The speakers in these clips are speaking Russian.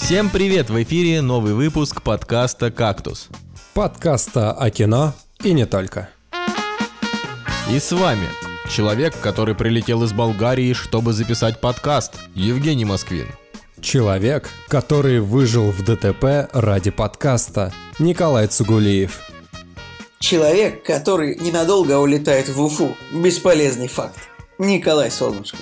Всем привет! В эфире новый выпуск подкаста «Кактус». Подкаста о кино и не только. И с вами человек, который прилетел из Болгарии, чтобы записать подкаст, Евгений Москвин. Человек, который выжил в ДТП ради подкаста, Николай Цугулиев. Человек, который ненадолго улетает в Уфу, бесполезный факт, Николай Солнышко.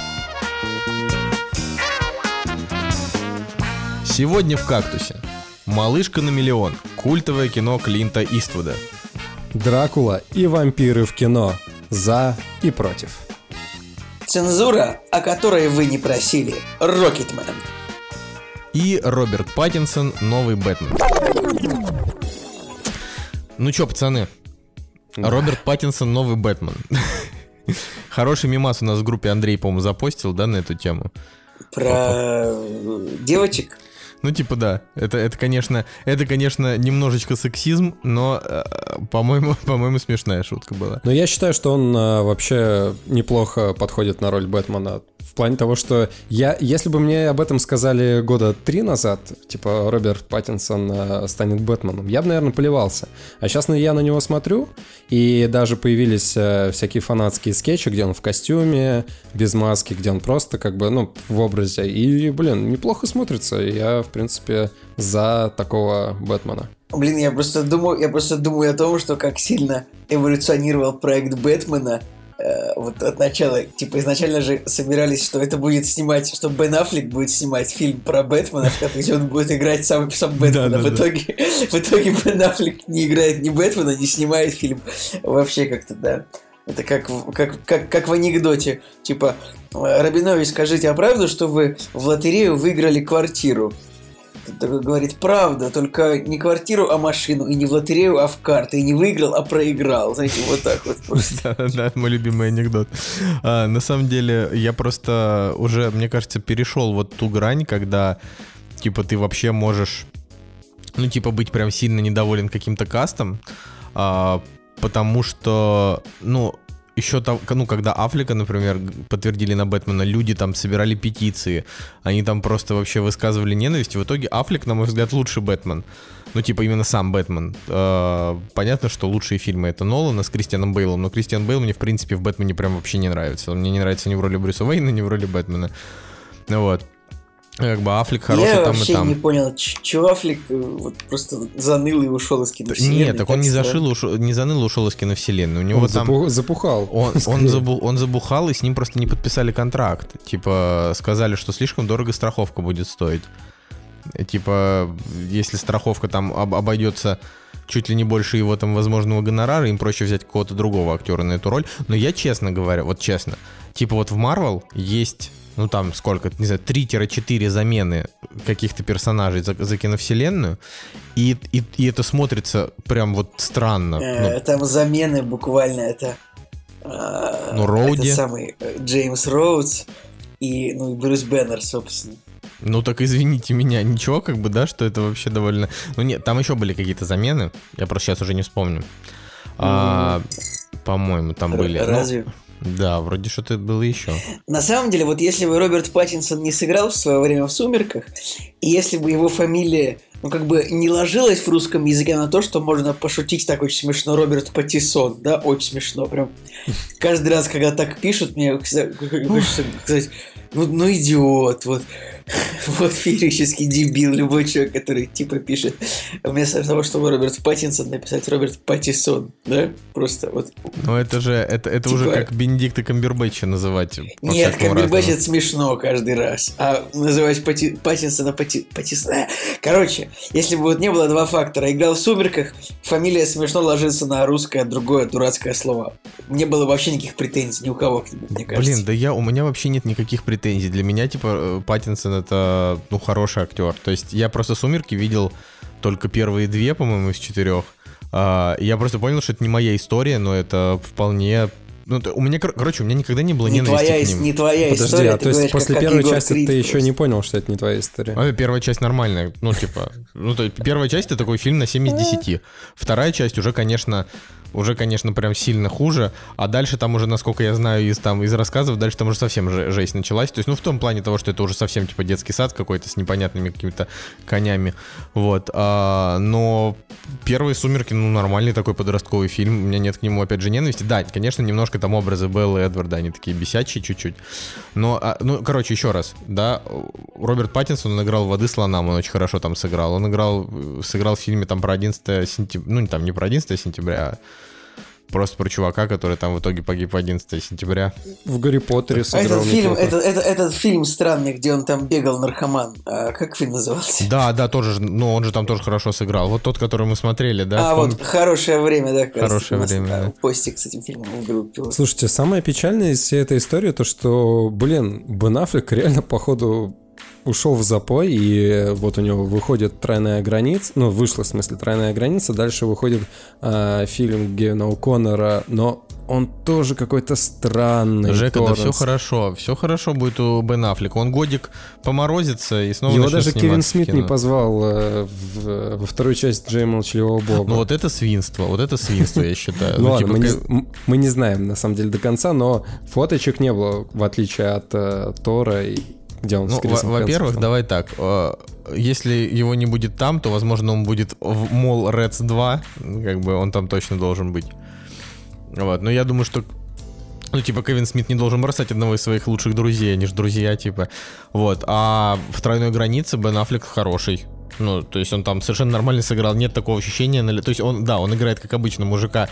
Сегодня в «Кактусе» «Малышка на миллион», культовое кино Клинта Иствуда. Дракула и вампиры в кино. За и против. Цензура, о которой вы не просили. Рокетмен. И Роберт Паттинсон «Новый Бэтмен». Ну чё, пацаны, Роберт Паттинсон «Новый Бэтмен». Хороший мемас у нас в группе Андрей, по-моему, запостил, да, на эту тему. Про девочек? Ну, типа, да. Это, конечно, немножечко сексизм, но, по-моему, смешная шутка была. Но я считаю, что он вообще неплохо подходит на роль Бэтмена. В плане того, что если бы мне об этом сказали года 3 назад, типа, Роберт Паттинсон станет Бэтменом, я бы, наверное, плевался. А сейчас я на него смотрю, и даже появились всякие фанатские скетчи, где он в костюме, без маски, где он просто как бы, в образе. И, неплохо смотрится. Я, в принципе, за такого Бэтмена. Блин, я просто думаю о том, что как сильно эволюционировал проект Бэтмена. Вот от начала, типа, изначально же собирались, что это будет снимать, что Бен Аффлек будет снимать фильм про Бэтмена, в котором он будет играть сам Бэтмена. В итоге Бен Аффлек не играет ни Бэтмена, не снимает фильм. Вообще как-то, да. Это как в анекдоте. Типа, Рабинович, скажите, а правда, что вы в лотерею выиграли квартиру? Такой говорит, правда, только не квартиру, а машину, и не в лотерею, а в карты, и не выиграл, а проиграл. Знаете, вот так вот просто. Да, мой любимый анекдот. На самом деле, я просто уже, мне кажется, перешел вот ту грань, когда, типа, ты вообще можешь, быть прям сильно недоволен каким-то кастом, потому что, еще там, когда Аффлека, например, подтвердили на Бэтмена, люди там собирали петиции, они там просто вообще высказывали ненависть, и в итоге Аффлек, на мой взгляд, лучший Бэтмен. Именно сам Бэтмен. Понятно, что лучшие фильмы это Нолана с Кристианом Бейлом, но Кристиан Бейл мне, в принципе, в Бэтмене прям вообще не нравится. Он мне не нравится ни в роли Брюса Уэйна, ни в роли Бэтмена. Вот. Как бы Аффлек хороший там и там. Я вообще не понял, чего Аффлек вот просто заныл и ушел из киновселенной. Нет, так он не заныл и ушел из киновселенной. У него он там запухал. Он забухал, и с ним просто не подписали контракт. Типа, сказали, что слишком дорого страховка будет стоить. Типа, если страховка там обойдется чуть ли не больше его там возможного гонорара, им проще взять какого-то другого актера на эту роль. Но я честно говоря, вот честно, типа вот в Marvel есть... там сколько, не знаю, 3-4 замены каких-то персонажей за киновселенную, и это смотрится прям вот странно. Там замены буквально это... Роуди. Это самый Джеймс Роудс и Брюс Беннер, собственно. Так извините меня, ничего как бы, да, что это вообще довольно... Нет, там еще были какие-то замены, я просто сейчас уже не вспомню. По-моему, там были... Разве? Да, вроде что-то было еще. На самом деле, вот если бы Роберт Паттинсон не сыграл в свое время в «Сумерках», и если бы его фамилия, не ложилась в русском языке на то, что можно пошутить так очень смешно, Роберт Паттинсон, да, очень смешно, прям. Каждый раз, когда так пишут, мне хочется сказать, идиот, вот феерический дебил, любой человек, который типа пишет, вместо того, чтобы Роберт Паттинсон написать Роберт Паттинсон, да, просто вот. Это типа... уже как Бенедикта Камбербэтча называть. Нет, Камбербэтч это смешно каждый раз, а называть Паттинсона Паттинсона. Короче, если бы вот не было два фактора, играл в «Сумерках», фамилия смешно ложится на русское, другое дурацкое слово. Не было вообще никаких претензий ни у кого к нему, мне кажется. У меня вообще нет никаких претензий. Для меня, типа, Паттинсон это, хороший актер. То есть я просто «Сумерки» видел только первые 2, по-моему, из 4. Я просто понял, что это не моя история, но это вполне... у меня никогда не было ненависти к ним. Не твоя Подожди, история. Подожди, то есть после первой части ты еще не понял, что это не твоя история? Первая часть нормальная. Первая часть — это такой фильм на 7 из 10. Вторая часть уже, конечно, уже, конечно, прям сильно хуже, а дальше там уже, насколько я знаю из рассказов, дальше там уже совсем жесть началась, то есть, ну, в том плане того, что это уже совсем, типа, детский сад какой-то с непонятными какими-то конями, вот, но первые «Сумерки», ну, нормальный такой подростковый фильм, у меня нет к нему, опять же, ненависти, да, конечно, немножко там образы Беллы и Эдварда, они такие бесячие чуть-чуть, но, ну, короче, еще раз, да, Роберт Паттинсон, он играл «Воды слонам», он очень хорошо там сыграл, он сыграл в фильме там про 11 сентября, ну, там не про 11 сентября, а просто про чувака, который там в итоге погиб 11 сентября. В «Гарри Поттере» сыграл. Этот фильм странный, где он там бегал наркоман. Как фильм назывался? Да, тоже, ну он же там тоже хорошо сыграл. Вот тот, который мы смотрели, да? Вот «Хорошее время», да? «Хорошее время», да. Постик с этим фильмом в группе. Слушайте, самое печальное из всей этой истории то, что, Бен Аффлек реально, походу, ушел в запой, и вот у него выходит «Тройная граница», ну, вышла, в смысле, «Тройная граница», дальше выходит фильм Гевина О'Коннора, но он тоже какой-то странный. Жека, да все хорошо будет у Бен Аффлека. Он годик поморозится и снова его начнет даже сниматься Кевин в Смит кино. не позвал во вторую часть «Джея Молчаливого Боба». Ну вот это свинство, я считаю. Ну ладно, мы не знаем на самом деле до конца, но фоточек не было, в отличие от Тора, где он с Крисом во-первых, Хемсвортом. давай так. Если его не будет там, то, возможно, он будет в Mall Reds 2. Как бы он там точно должен быть. Вот. Но я думаю, что Кевин Смит не должен бросать одного из своих лучших друзей. Они же друзья, типа. Вот. А в «Тройной границе» Бен Аффлек хороший. Ну, то есть он там совершенно нормально сыграл, нет такого ощущения, то есть он играет как обычно мужика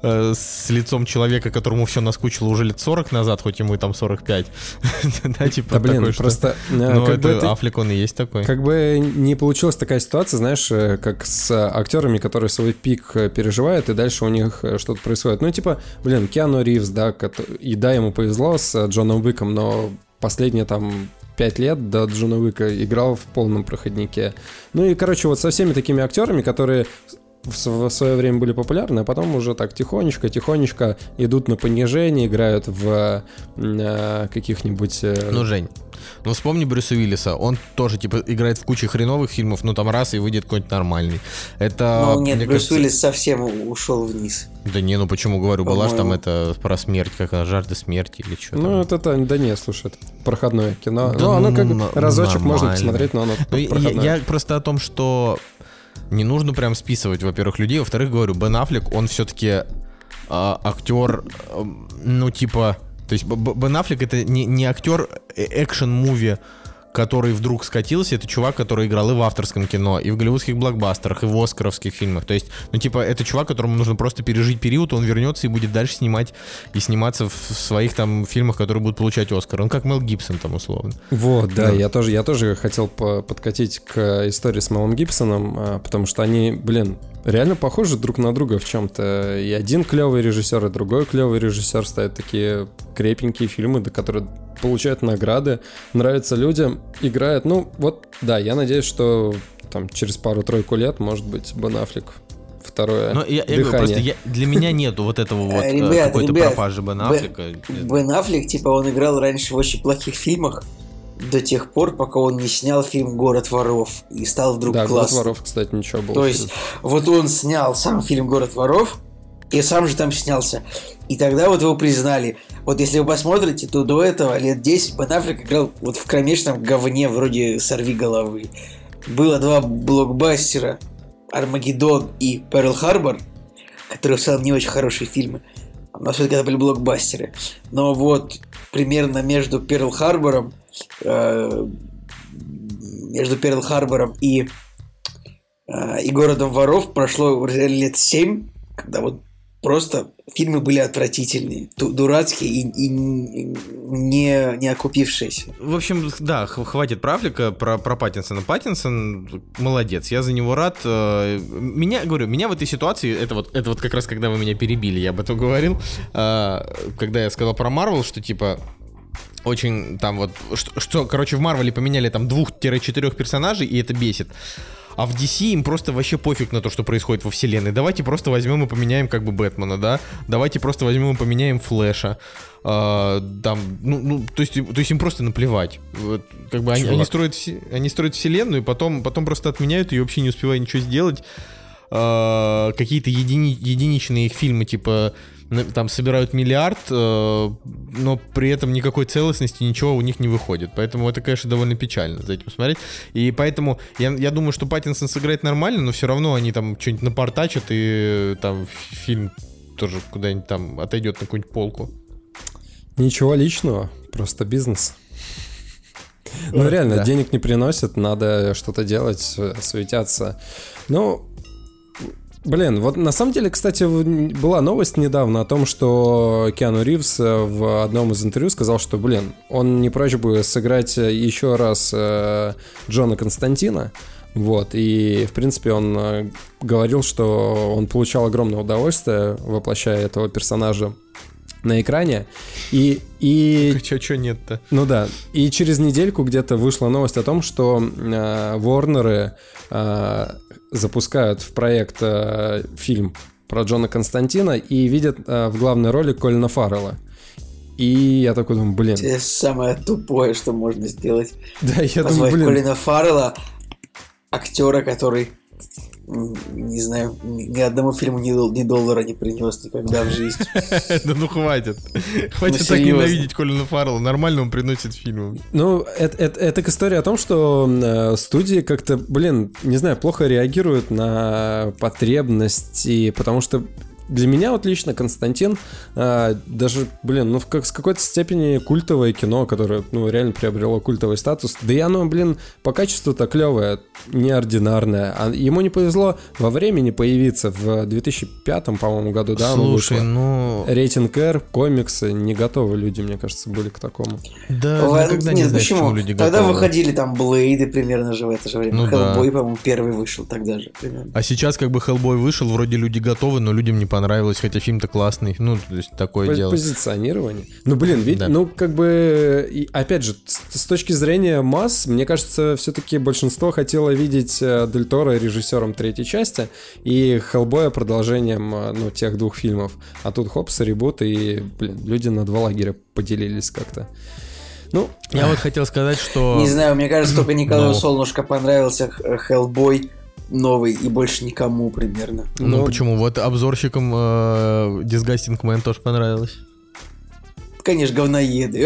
с лицом человека, которому все наскучило уже лет 40 назад, хоть ему и там 45. Да, типа такой, просто... Ну, это Аффлек, он и есть такой. Как бы не получилась такая ситуация, знаешь, как с актерами, которые свой пик переживают, и дальше у них что-то происходит. Ну, типа, Киану Ривз, да, и да, ему повезло с Джоном Уиком, но последние там 5 лет до Джона Уика играл в полном проходнике. Ну и, короче, вот со всеми такими актерами, которые в свое время были популярны, а потом уже так тихонечко идут на понижение, играют в каких-нибудь... Ну, Жень, вспомни Брюса Уиллиса, он тоже, типа, играет в куче хреновых фильмов, там раз и выйдет какой-нибудь нормальный. Это... Ну, нет, Брюс Уиллис совсем ушел вниз. Да не, почему, говорю, была же там это про смерть, как она, «Жажда смерти» или что-то. Ну, да нет, слушай, это проходное кино. Да, оно как разочек можно посмотреть, но оно проходное. Я просто о том, что не нужно прям списывать, во-первых, людей, во-вторых, говорю, Бен Аффлек, он все-таки актер, то есть Бен Аффлек это не актер экшен-муви, который вдруг скатился, это чувак, который играл и в авторском кино, и в голливудских блокбастерах, и в оскаровских фильмах. То есть, это чувак, которому нужно просто пережить период, он вернется и будет дальше снимать и сниматься в своих там фильмах, которые будут получать Оскар. Он как Мел Гибсон там условно. Вот, да, я тоже хотел подкатить к истории с Мелом Гибсоном, потому что они, реально похожи друг на друга в чем-то. И один клевый режиссер, и другой клевый режиссер ставят такие крепенькие фильмы, которые получают награды, нравятся людям, играют. Я надеюсь, что там через пару-тройку лет, может быть, Бен Аффлек второе я говорю, просто для меня нету вот этого вот какой-то пропажи Бен Аффлека. Бен Аффлек, типа, он играл раньше в очень плохих фильмах, до тех пор, пока он не снял фильм «Город воров» и стал вдруг классным. «Город воров», кстати, ничего было. То есть, вот он снял сам фильм «Город воров», и сам же там снялся. И тогда вот его признали. Вот если вы посмотрите, то до этого лет 10 Бен Аффлек играл вот в кромешном говне вроде «Сорви головы». Было 2 блокбастера «Армагеддон» и «Перл Харбор», которые в целом не очень хорошие фильмы. Но все-таки это были блокбастеры. Но вот примерно между «Перл Харбором» и «Городом воров» прошло лет 7, когда вот просто фильмы были отвратительные, дурацкие и не окупившиеся. В общем, да, хватит про Аффлека, про Паттинсона. Паттинсон молодец, я за него рад. Меня в этой ситуации, это вот как раз когда вы меня перебили, я об этом говорил, когда я сказал про Марвел, что типа очень там вот, что короче, в Марвеле поменяли там 2-4 персонажей, и это бесит. А в DC им просто вообще пофиг на то, что происходит во вселенной. Давайте просто возьмем и поменяем как бы Бэтмена, да? Давайте просто возьмем и поменяем Флэша. То есть им просто наплевать. Вот, как бы они строят вселенную, и потом просто отменяют ее, вообще не успевая ничего сделать. какие-то единичные их фильмы, типа, там собирают миллиард, но при этом никакой целостности, ничего у них не выходит. Поэтому это, конечно, довольно печально за этим смотреть. И поэтому я думаю, что Паттинсон сыграет нормально, но все равно они там что-нибудь напортачат, и там фильм тоже куда-нибудь там отойдет на какую-нибудь полку. Ничего личного, просто бизнес. Ну реально, да. Денег не приносит, надо что-то делать, светятся. Ну, блин, вот на самом деле, кстати, была новость недавно о том, что Киану Ривз в одном из интервью сказал, что, блин, он не прочь бы сыграть еще раз Джона Константина. Вот, и, в принципе, он говорил, что он получал огромное удовольствие, воплощая этого персонажа на экране. И Чё нет-то? Ну да. И через недельку где-то вышла новость о том, что Ворнеры запускают в проект фильм про Джона Константина и видят в главной роли Колина Фаррелла. И я такой думаю, блин. Это самое тупое, что можно сделать. Да, я позвать думаю, блин. Колина Фаррелла, актера, который, не знаю, ни одному фильму ни доллара не принес никогда в жизни. Да ну хватит. Хватит так ненавидеть Колина Фаррелла. Нормально он приносит фильмы. Ну, это история о том, что студии как-то, блин, не знаю, плохо реагируют на потребности, потому что для меня вот лично Константин даже, блин, ну в с какой-то степени культовое кино, которое, ну, реально приобрело культовый статус. Да и оно, блин, по качеству-то клевое, неординарное. А ему не повезло во времени появиться в 2005, по-моему, году, да? Слушай, ну... Рейтинг R, комиксы, не готовы люди, мне кажется, были к такому. Да, никогда не знаешь, почему люди готовы. Тогда выходили там Блейды примерно же в это же время. Ну, Хеллбой, да. по-моему, первый вышел тогда же примерно. А сейчас как бы Хеллбой вышел, вроде люди готовы, но людям не понравилось, хотя фильм-то классный. Ну, то есть такое дело. Позиционирование. Ну, блин, ведь, Да. ну, как бы, и, опять же, с точки зрения масс, мне кажется, все-таки большинство хотело видеть Дель Торо режиссером третьей части и Хеллбоя продолжением, ну, тех двух фильмов. А тут хопс, ребут, и, блин, люди на два лагеря поделились как-то. Ну, Я вот хотел сказать, что... Не знаю, мне кажется, только Николаю Ну. Солнышко понравился Хеллбой новый и больше никому примерно. Ну, Ну, почему? Вот обзорщикам Disgusting Man тоже понравилось. Конечно, говноеды.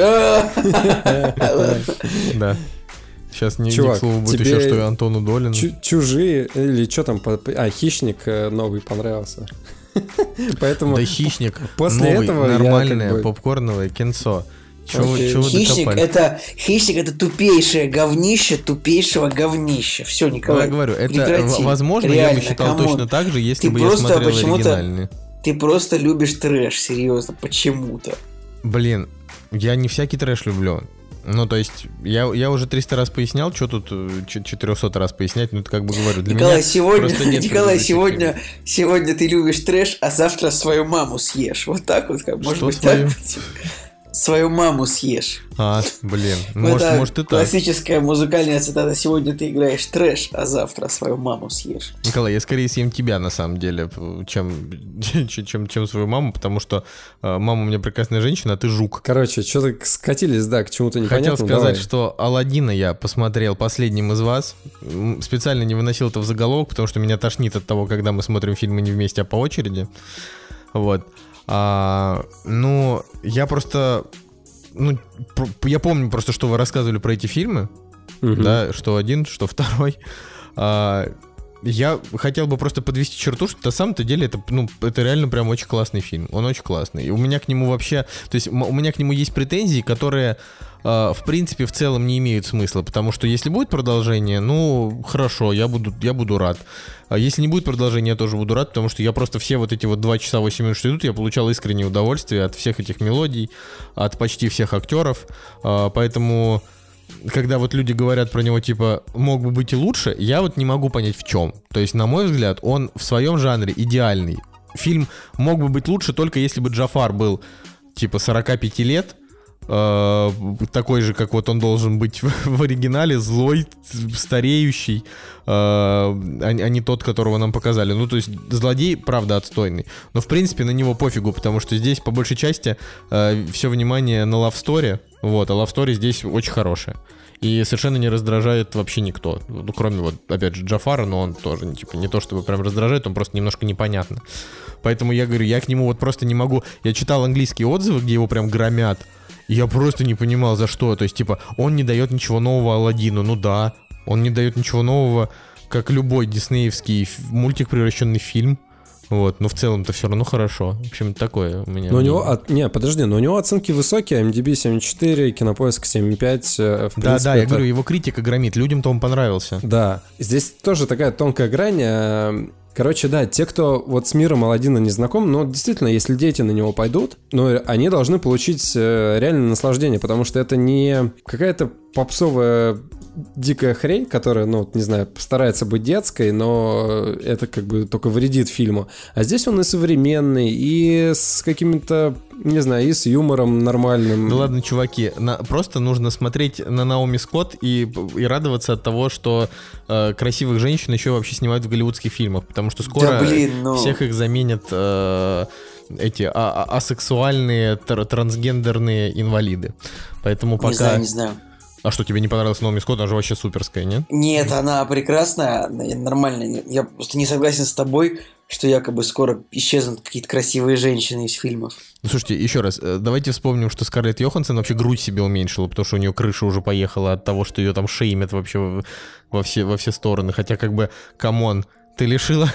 Да. Сейчас не Чувак, к слову будет тебе еще, что и Антону Долину. Чужие, или что там, Хищник новый понравился. Поэтому Да хищник, после новый, этого я нормальное, как бы- попкорновое кинцо. Чего Окей. вы Хищник докопались? это тупейшее говнище тупейшего говнища. Все, Ну, Николай. я говорю, это, прекрати. возможно, я Реально, бы считал камон. точно так же, если Ты бы я просто смотрел почему-то- оригинальный. Ты просто любишь трэш, серьезно, почему-то. Блин, я не всякий трэш люблю. Ну, то есть, я уже 300 раз пояснял, что тут 400 раз пояснять, ну, это как бы говорю, для Николай, меня просто нет Николай, предыдущих сегодня ты любишь трэш, а завтра свою маму съешь. Вот так вот, как может Что быть свою? так? Свою маму съешь. Блин, Это может и так. классическая музыкальная цитата. Сегодня ты играешь трэш, а завтра свою маму съешь. Николай, я скорее съем тебя, на самом деле, чем свою маму, потому что мама у меня прекрасная женщина, а ты жук. Короче, что-то скатились, да, к чему-то непонятному. Хотел сказать, Давай. что Аладдина я посмотрел последним из вас. Специально не выносил это в заголовок, потому что меня тошнит от того, когда мы смотрим фильмы не вместе, а по очереди. Вот. Ну, я просто... Ну, я помню просто, что вы рассказывали про эти фильмы. Мгм. Да, что один, что второй. Я хотел бы просто подвести черту, что на самом-то деле это реально прям очень классный фильм. Он очень классный. И у меня к нему вообще... То есть у меня к нему есть претензии, которые, в принципе, в целом не имеют смысла. Потому что если будет продолжение, ну, хорошо, я буду рад. А если не будет продолжения, я тоже буду рад, потому что я просто все вот эти вот 2 часа 8 минут, что идут, я получал искреннее удовольствие от всех этих мелодий, от почти всех актеров. Поэтому... Когда вот люди говорят про него, типа, мог бы быть и лучше, я вот не могу понять в чем. То есть, на мой взгляд, он в своем жанре идеальный. Фильм мог бы быть лучше только если бы Джафар был, типа, 45 лет, такой же, как вот он должен быть в оригинале, злой, стареющий, а не тот, которого нам показали. Ну, то есть злодей, правда, отстойный. Но, в принципе, на него пофигу, потому что здесь, по большей части, все внимание на лавсторе. Вот, а лавстори здесь очень хорошая. И совершенно не раздражает вообще никто. Ну, кроме, вот, опять же, Джафара, но он тоже, типа, не то чтобы прям раздражает, он просто немножко непонятно. Поэтому я говорю, я к нему вот просто не могу... Я читал английские отзывы, где его прям громят. И я просто не понимал, за что. То есть, типа, он не дает ничего нового Аладдину. Ну да, он не дает ничего нового, как любой диснеевский мультик, превращенный в фильм. Вот, но в целом-то все равно хорошо. В общем, такое у меня. Но у него, но у него оценки высокие, IMDb 7.4, Кинопоиск 7.5. Да, я говорю, его критика громит, людям-то он понравился. Да, здесь тоже такая тонкая грань. Короче, да, те, кто вот с миром Аладдина не знаком, но действительно, если дети на него пойдут, ну, они должны получить реальное наслаждение, потому что это не какая-то попсовая дикая хрень, которая, ну, не знаю, старается быть детской, но это как бы только вредит фильму. А здесь он и современный, и с какими-то, не знаю, и с юмором нормальным. Да ладно, чуваки, просто нужно смотреть на Наоми Скотт и радоваться от того, что красивых женщин еще вообще снимают в голливудских фильмах, потому что скоро всех их заменят эти асексуальные трансгендерные инвалиды. Поэтому пока... Не знаю. А что, тебе не понравилась Наоми Скотт? Она же вообще суперская, нет? Нет, она прекрасная, нормальная. Я просто не согласен с тобой, что якобы скоро исчезнут какие-то красивые женщины из фильмов. Ну, слушайте, еще раз, давайте вспомним, что Скарлетт Йоханссон вообще грудь себе уменьшила, потому что у нее крыша уже поехала от того, что ее там шеймят вообще во все стороны. Хотя, как бы, камон, ты лишила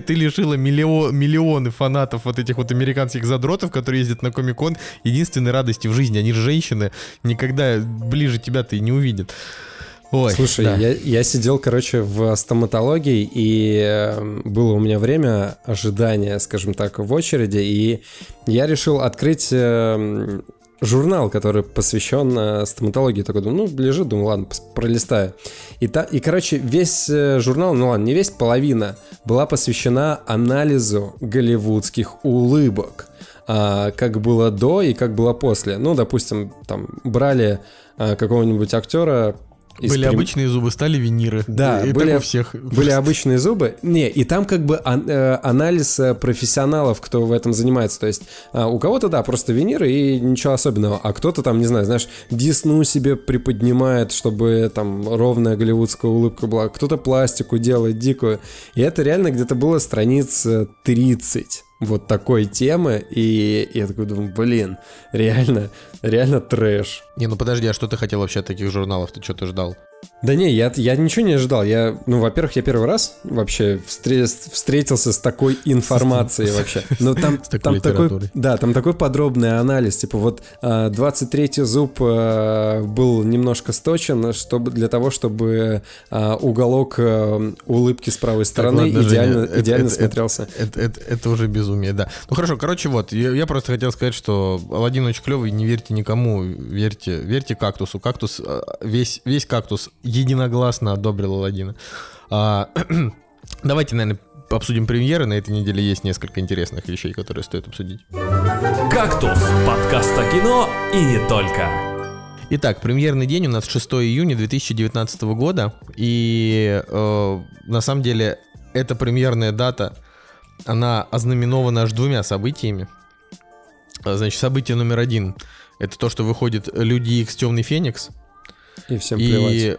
миллионы фанатов вот этих вот американских задротов, которые ездят на Комик-кон. Единственной радости в жизни, они же женщины, никогда ближе тебя-то и не увидят. Ой, слушай, да. я сидел, короче, в стоматологии, и было у меня время ожидания, скажем так, в очереди, и я решил открыть... журнал, который посвящен стоматологии. Такой, думаю, лежит, думаю, ладно, пролистаю. И, короче, весь журнал, ну ладно, не весь, половина, была посвящена анализу голливудских улыбок. Как было до и как было после. Ну, допустим, там брали какого-нибудь актера. Были обычные зубы, стали виниры. Да, были обычные зубы. Не, и там как бы анализ профессионалов, кто в этом занимается. То есть у кого-то, да, просто виниры и ничего особенного. А кто-то там, не знаю, знаешь, десну себе приподнимает, чтобы там ровная голливудская улыбка была. Кто-то пластику делает дикую. И это реально где-то было страниц 30. Вот такой темы, и я такой думаю, блин, реально трэш. Не, ну подожди, а что ты хотел вообще от таких журналов? Ты что-то ждал? Да не, я ничего не ожидал. Во-первых, я первый раз вообще встретился с такой информацией вообще. Но там такой подробный анализ. Типа вот 23-й зуб был немножко сточен, для того, чтобы уголок улыбки с правой стороны идеально смотрелся. Это уже безумие, да. Ну хорошо, короче, вот, я просто хотел сказать, что Аладдин очень клевый, не верьте никому, верьте кактусу. Кактус, весь кактус единогласно одобрил Аладдина. Давайте, наверное, обсудим премьеры. На этой неделе есть несколько интересных вещей, которые стоит обсудить. «Кактус» — подкаст о кино и не только. Итак, премьерный день у нас 6 июня 2019 года. И на самом деле эта премьерная дата, она ознаменована аж двумя событиями. Значит, событие номер 1 — это то, что выходит «Люди Икс. Темный Феникс». И всем плевать.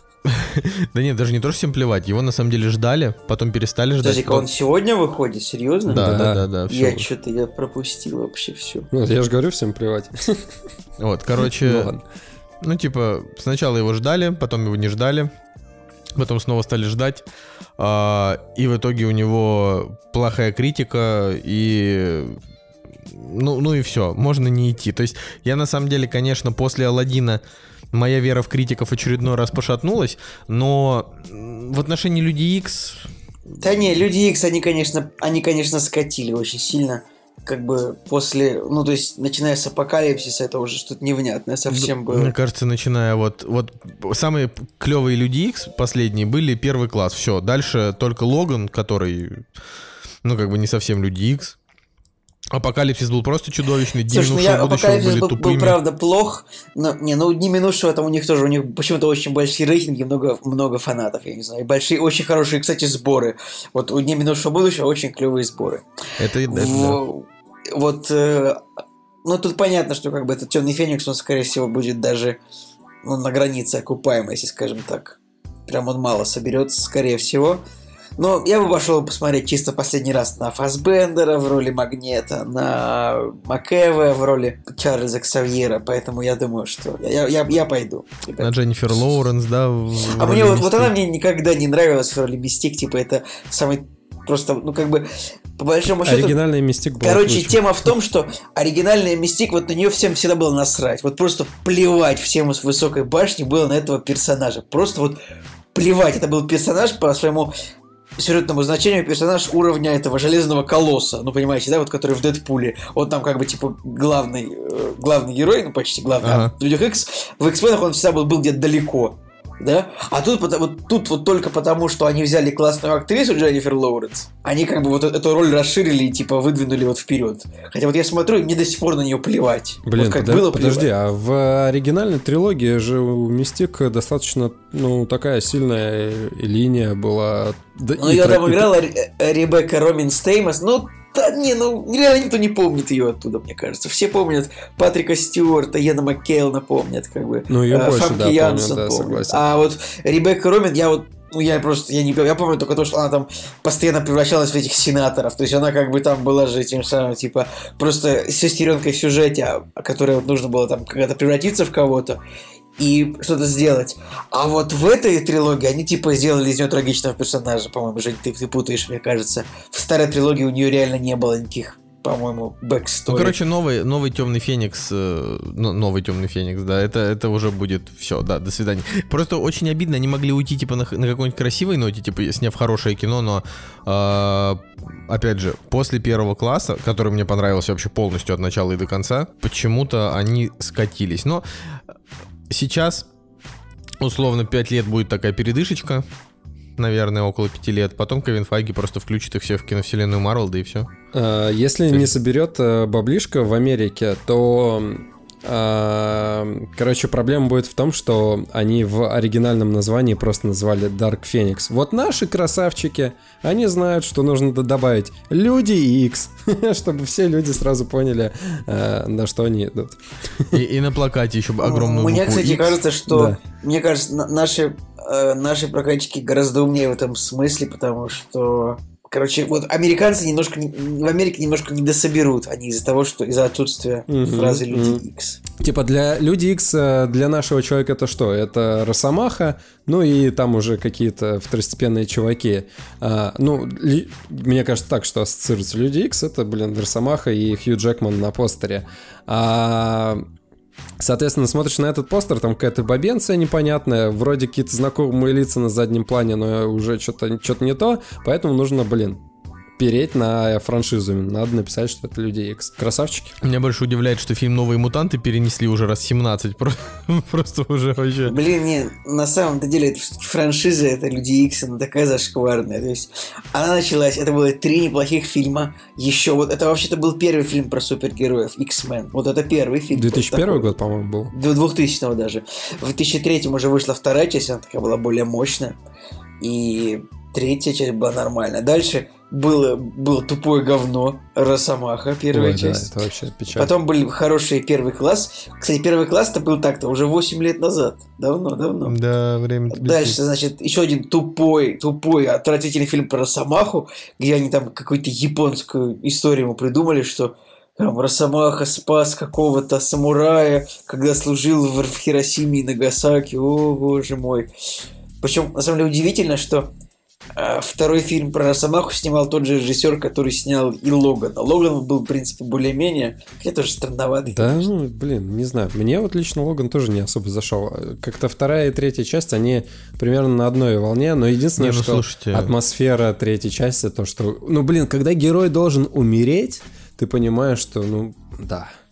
Да нет, даже не то, что всем плевать. Его на самом деле ждали, потом перестали ждать. Подожди, он сегодня выходит? Серьезно? Да. Я пропустил вообще все. Ну, я же говорю, всем плевать. Вот, короче, ну типа, сначала его ждали, потом его не ждали, потом снова стали ждать, и в итоге у него плохая критика, и... Ну и все, можно не идти. То есть я на самом деле, конечно, после Аладдина моя вера в критиков очередной раз пошатнулась, но в отношении Люди Икс... Да не, Люди Икс, они, конечно, скатили очень сильно. Как бы после, ну то есть начиная с Апокалипсиса, это уже что-то невнятное совсем было. Мне кажется, начиная вот самые клевые Люди Икс последние были первый класс, все. Дальше только Логан, который, ну как бы не совсем Люди Икс. Апокалипсис был просто чудовищный, Дни Слушай, минувшего будущего Апокалипсис были был тупыми. правда плох, но Дни минувшего там у них почему-то очень большие рейтинги, много фанатов, я не знаю, и большие, очень хорошие, кстати, сборы. Вот у Дни минувшего будущего очень клевые сборы. Это да. Вот, тут понятно, что как бы этот Темный Феникс, он, скорее всего, будет даже на границе окупаемости, скажем так. Прям он мало соберется, скорее всего. Но я бы пошел посмотреть чисто последний раз на Фассбендера в роли Магнета, на МакЭва в роли Чарльза Ксавьера, поэтому я думаю, что я пойду. Ребята. На Дженнифер Лоуренс, да? А мне вот она мне никогда не нравилась в роли Мистик, типа это самый просто, по большому счету... Оригинальный Мистик был. Короче, тема в том, что оригинальная Мистик, вот на нее всем всегда было насрать. Вот просто плевать всем с высокой башни было на этого персонажа. Просто вот плевать. Это был персонаж по своему сюжетному значению, персонаж уровня этого Железного Колосса. Ну, понимаете, да, вот который в Дэдпуле. Он там как бы типа главный герой, почти главный. А в Людях Икс, в X-менах он всегда был где-то далеко. Да? А тут вот только потому, что они взяли классную актрису Дженнифер Лоуренс, они как бы вот эту роль расширили и типа выдвинули вот вперед. Хотя вот я смотрю, и мне до сих пор на нее плевать. Блин, вот как было подожди, плевать. а в оригинальной трилогии же у Мистик достаточно, такая сильная линия была. Ее там играла Ребекка Ромин Стеймос, реально никто не помнит ее оттуда, мне кажется. Все помнят Патрика Стюарта, Йена Маккеллана помнят, как бы. Ее больше, Фамки Янсен помню, да, помнят. согласен. А вот Ребекка Ромин, я помню только то, что она там постоянно превращалась в этих сенаторов. То есть она как бы там была же тем самым, типа, просто сестренкой в сюжете, которой вот нужно было там когда-то превратиться в кого-то и что-то сделать. А вот в этой трилогии они типа сделали из нее трагичного персонажа, по-моему, Жень, ты путаешь, мне кажется. В старой трилогии у нее реально не было никаких, по-моему, бэкстори. Новый Темный Феникс, да, это уже будет все, да, до свидания. Просто очень обидно, они могли уйти типа на какой-нибудь красивой ноте, типа сняв хорошее кино, но опять же, после первого класса, который мне понравился вообще полностью от начала и до конца, почему-то они скатились. Но сейчас, условно, 5 лет будет такая передышечка, наверное, около 5 лет. Потом Кевин Файги просто включит их все в киновселенную Марвел, да и все. Если не соберет баблишко в Америке, то... проблема будет в том, что они в оригинальном названии просто назвали Dark Phoenix. Вот наши красавчики, они знают, что нужно добавить Люди Икс, чтобы все люди сразу поняли, на что они идут. И на плакате еще огромную букву Мне, кстати, X. кажется, что... Да. Мне кажется, наши прокатчики гораздо умнее в этом смысле, потому что... Короче, вот американцы в Америке немножко не дособерут, они из-за отсутствия фразы Люди Икс. Типа для Люди Икс, для нашего человека это что? Это Росомаха, и там уже какие-то второстепенные чуваки. Мне кажется так, что ассоциируются Люди Икс, это, Росомаха и Хью Джекман на постере. Соответственно, смотришь на этот постер, там какая-то бабенция непонятная, вроде какие-то знакомые лица на заднем плане, но уже что-то не то, поэтому нужно, переть на франшизу. Надо написать, что это Люди Икс. Красавчики. Меня больше удивляет, что фильм «Новые мутанты» перенесли уже раз 17. Просто уже вообще... На самом-то деле, эта франшиза, это Люди Икс, она такая зашкварная. То есть, она началась, это было 3 неплохих фильма. Еще это вообще-то был первый фильм про супергероев, X-Men. Вот это первый фильм. 2001 год, по-моему, был. До 2000-го даже. В 2003-м уже вышла вторая часть, она такая была более мощная. И третья часть была нормальная. Дальше было тупое говно Росомаха, первая часть. Да, это вообще печально. Потом был хороший Первый класс. Кстати, Первый класс-то был так-то уже 8 лет назад. Давно. Да, время... Дальше, значит, еще один тупой, отвратительный фильм про Росомаху, где они там какую-то японскую историю ему придумали, что там Росомаха спас какого-то самурая, когда служил в Хиросиме и Нагасаки. О, боже мой. Причем, на самом деле, удивительно, что второй фильм про Росомаху снимал тот же режиссер, который снял и Логана. Логан был, в принципе, более-менее, хотя тоже странноватый. Да, не знаю. Мне вот лично Логан тоже не особо зашел. Как-то вторая и третья часть, они примерно на одной волне, но единственное, что слушайте... атмосфера третьей части, то, что... когда герой должен умереть, ты понимаешь, что, да...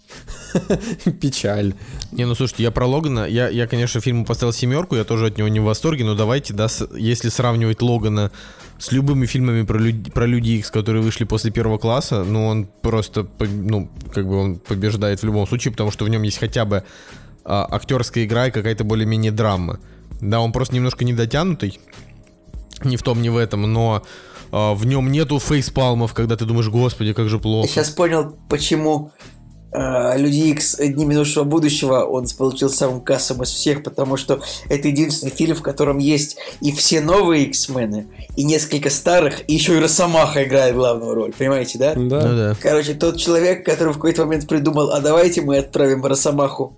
Печаль. Не, ну слушайте, я про Логана, я, конечно, фильму поставил 7, я тоже от него не в восторге, но давайте, да, если сравнивать Логана с любыми фильмами про Люди Икс, которые вышли после первого класса, ну он просто, ну, как бы он побеждает в любом случае, потому что в нем есть хотя бы актерская игра и какая-то более-менее драма. Да, он просто немножко недотянутый, ни в том, ни в этом, но в нем нету фейспалмов, когда ты думаешь, господи, как же плохо. Я сейчас понял, почему Люди Икс Дни минувшего будущего он получил самым кассовым из всех, потому что это единственный фильм, в котором есть и все новые Иксмены, и несколько старых, и еще и Росомаха играет главную роль, понимаете, да? Да. Ну, да. Короче, тот человек, который в какой-то момент придумал, а давайте мы отправим Росомаху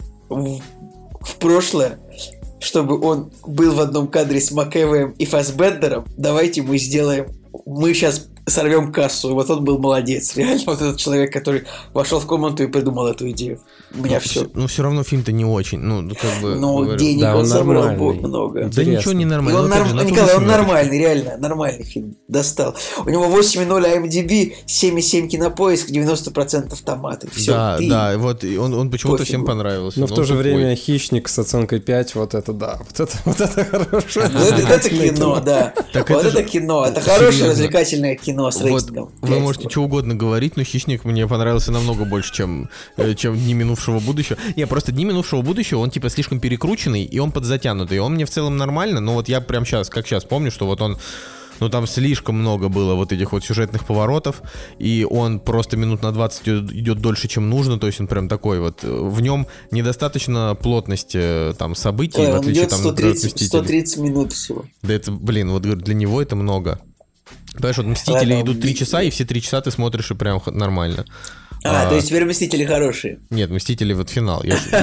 в прошлое, чтобы он был в одном кадре с МакЭвоем и Фассбендером, давайте мы сейчас сорвем кассу. И вот он был молодец. Реально, вот этот человек, который вошел в комнату и придумал эту идею. У меня все. Ну, все равно фильм-то не очень. Ну, как бы. Но денег да, он он собрал нормальный. много. Да Интересно. ничего не И нормально. он, Ну, опять же, Николай, он фильм. нормальный, реально, нормальный фильм. Достал. У него 8,0 IMDb, 7,7 Кинопоиск, 90% томаты. Все, Да, да, вот и он почему-то Пофигу. всем понравился. Но в то же тупой. время «Хищник» с оценкой 5, вот это да. Вот это хорошее. Вот это кино, да. Так Вот это это же- кино. Это хорошее Серьезно. развлекательное кино с Вот рейтингом. вы можете что угодно говорить, но «Хищник» мне понравился намного больше, чем «Дни минувшего будущего». Не, просто «Дни минувшего будущего», он типа слишком перекрученный, и он подзатянутый. Он мне в целом нормально, но вот я прям сейчас, как сейчас помню, что вот он... Ну, там слишком много было вот этих вот сюжетных поворотов, и он просто минут на 20 идет дольше, чем нужно, то есть он прям такой вот. В нем недостаточно плотности там событий, в Он отличие идет там от «Мстителей». 130 минут всего. Да это, блин, вот говорю, для него это много. Понимаешь, вот «Мстители» Ладно, идут 3 часа, и все 3 часа ты смотришь и прям нормально. То есть теперь «Мстители» хорошие. Нет, «Мстители» вот финал.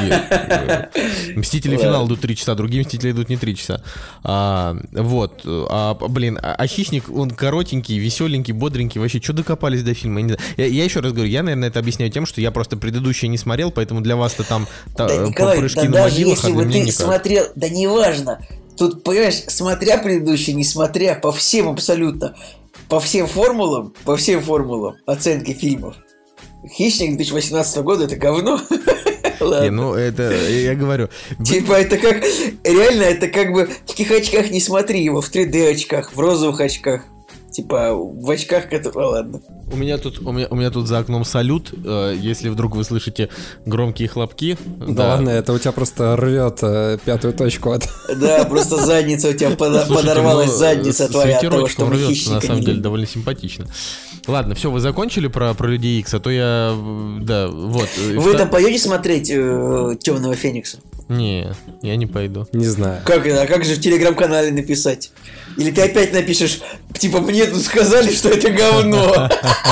«Мстители» Ладно. финал идут 3 часа, другие «Мстители» идут не 3 часа. Вот. Блин, «Хищник», он коротенький, веселенький, бодренький. Вообще, что докопались до фильма? Я не знаю. Я еще раз говорю, я, наверное, это объясняю тем, что я просто предыдущие не смотрел, поэтому для вас-то там Да, Николай, прыжки да на даже могилах, если а для бы меня ты никак. смотрел, да неважно. Тут, понимаешь, смотря предыдущий, не смотря, по всем абсолютно, по всем формулам оценки фильмов, «Хищник» 2018 года — это говно. Не, Ладно. ну это, я говорю. Типа это как, реально, это как бы в таких очках не смотри его, в 3D очках, в розовых очках. Типа в очках, которые... Ладно. У меня тут за окном салют. Если вдруг вы слышите громкие хлопки. Да ладно, это у тебя просто рвет 5-ю точку от... Да, просто задница у тебя Слушайте, подорвалась, ну, задница с твоя от того, ветерочком что мы рвется, «Хищника» на самом не деле любим. довольно симпатично. Ладно, все, вы закончили про Людей Икс, а то я... Да, вот. Вы там пойдете смотреть «Темного Феникса»? Не, я не пойду. Не знаю. Как это? А как же в телеграм-канале написать? Или ты опять напишешь, типа, мне тут сказали, что это говно.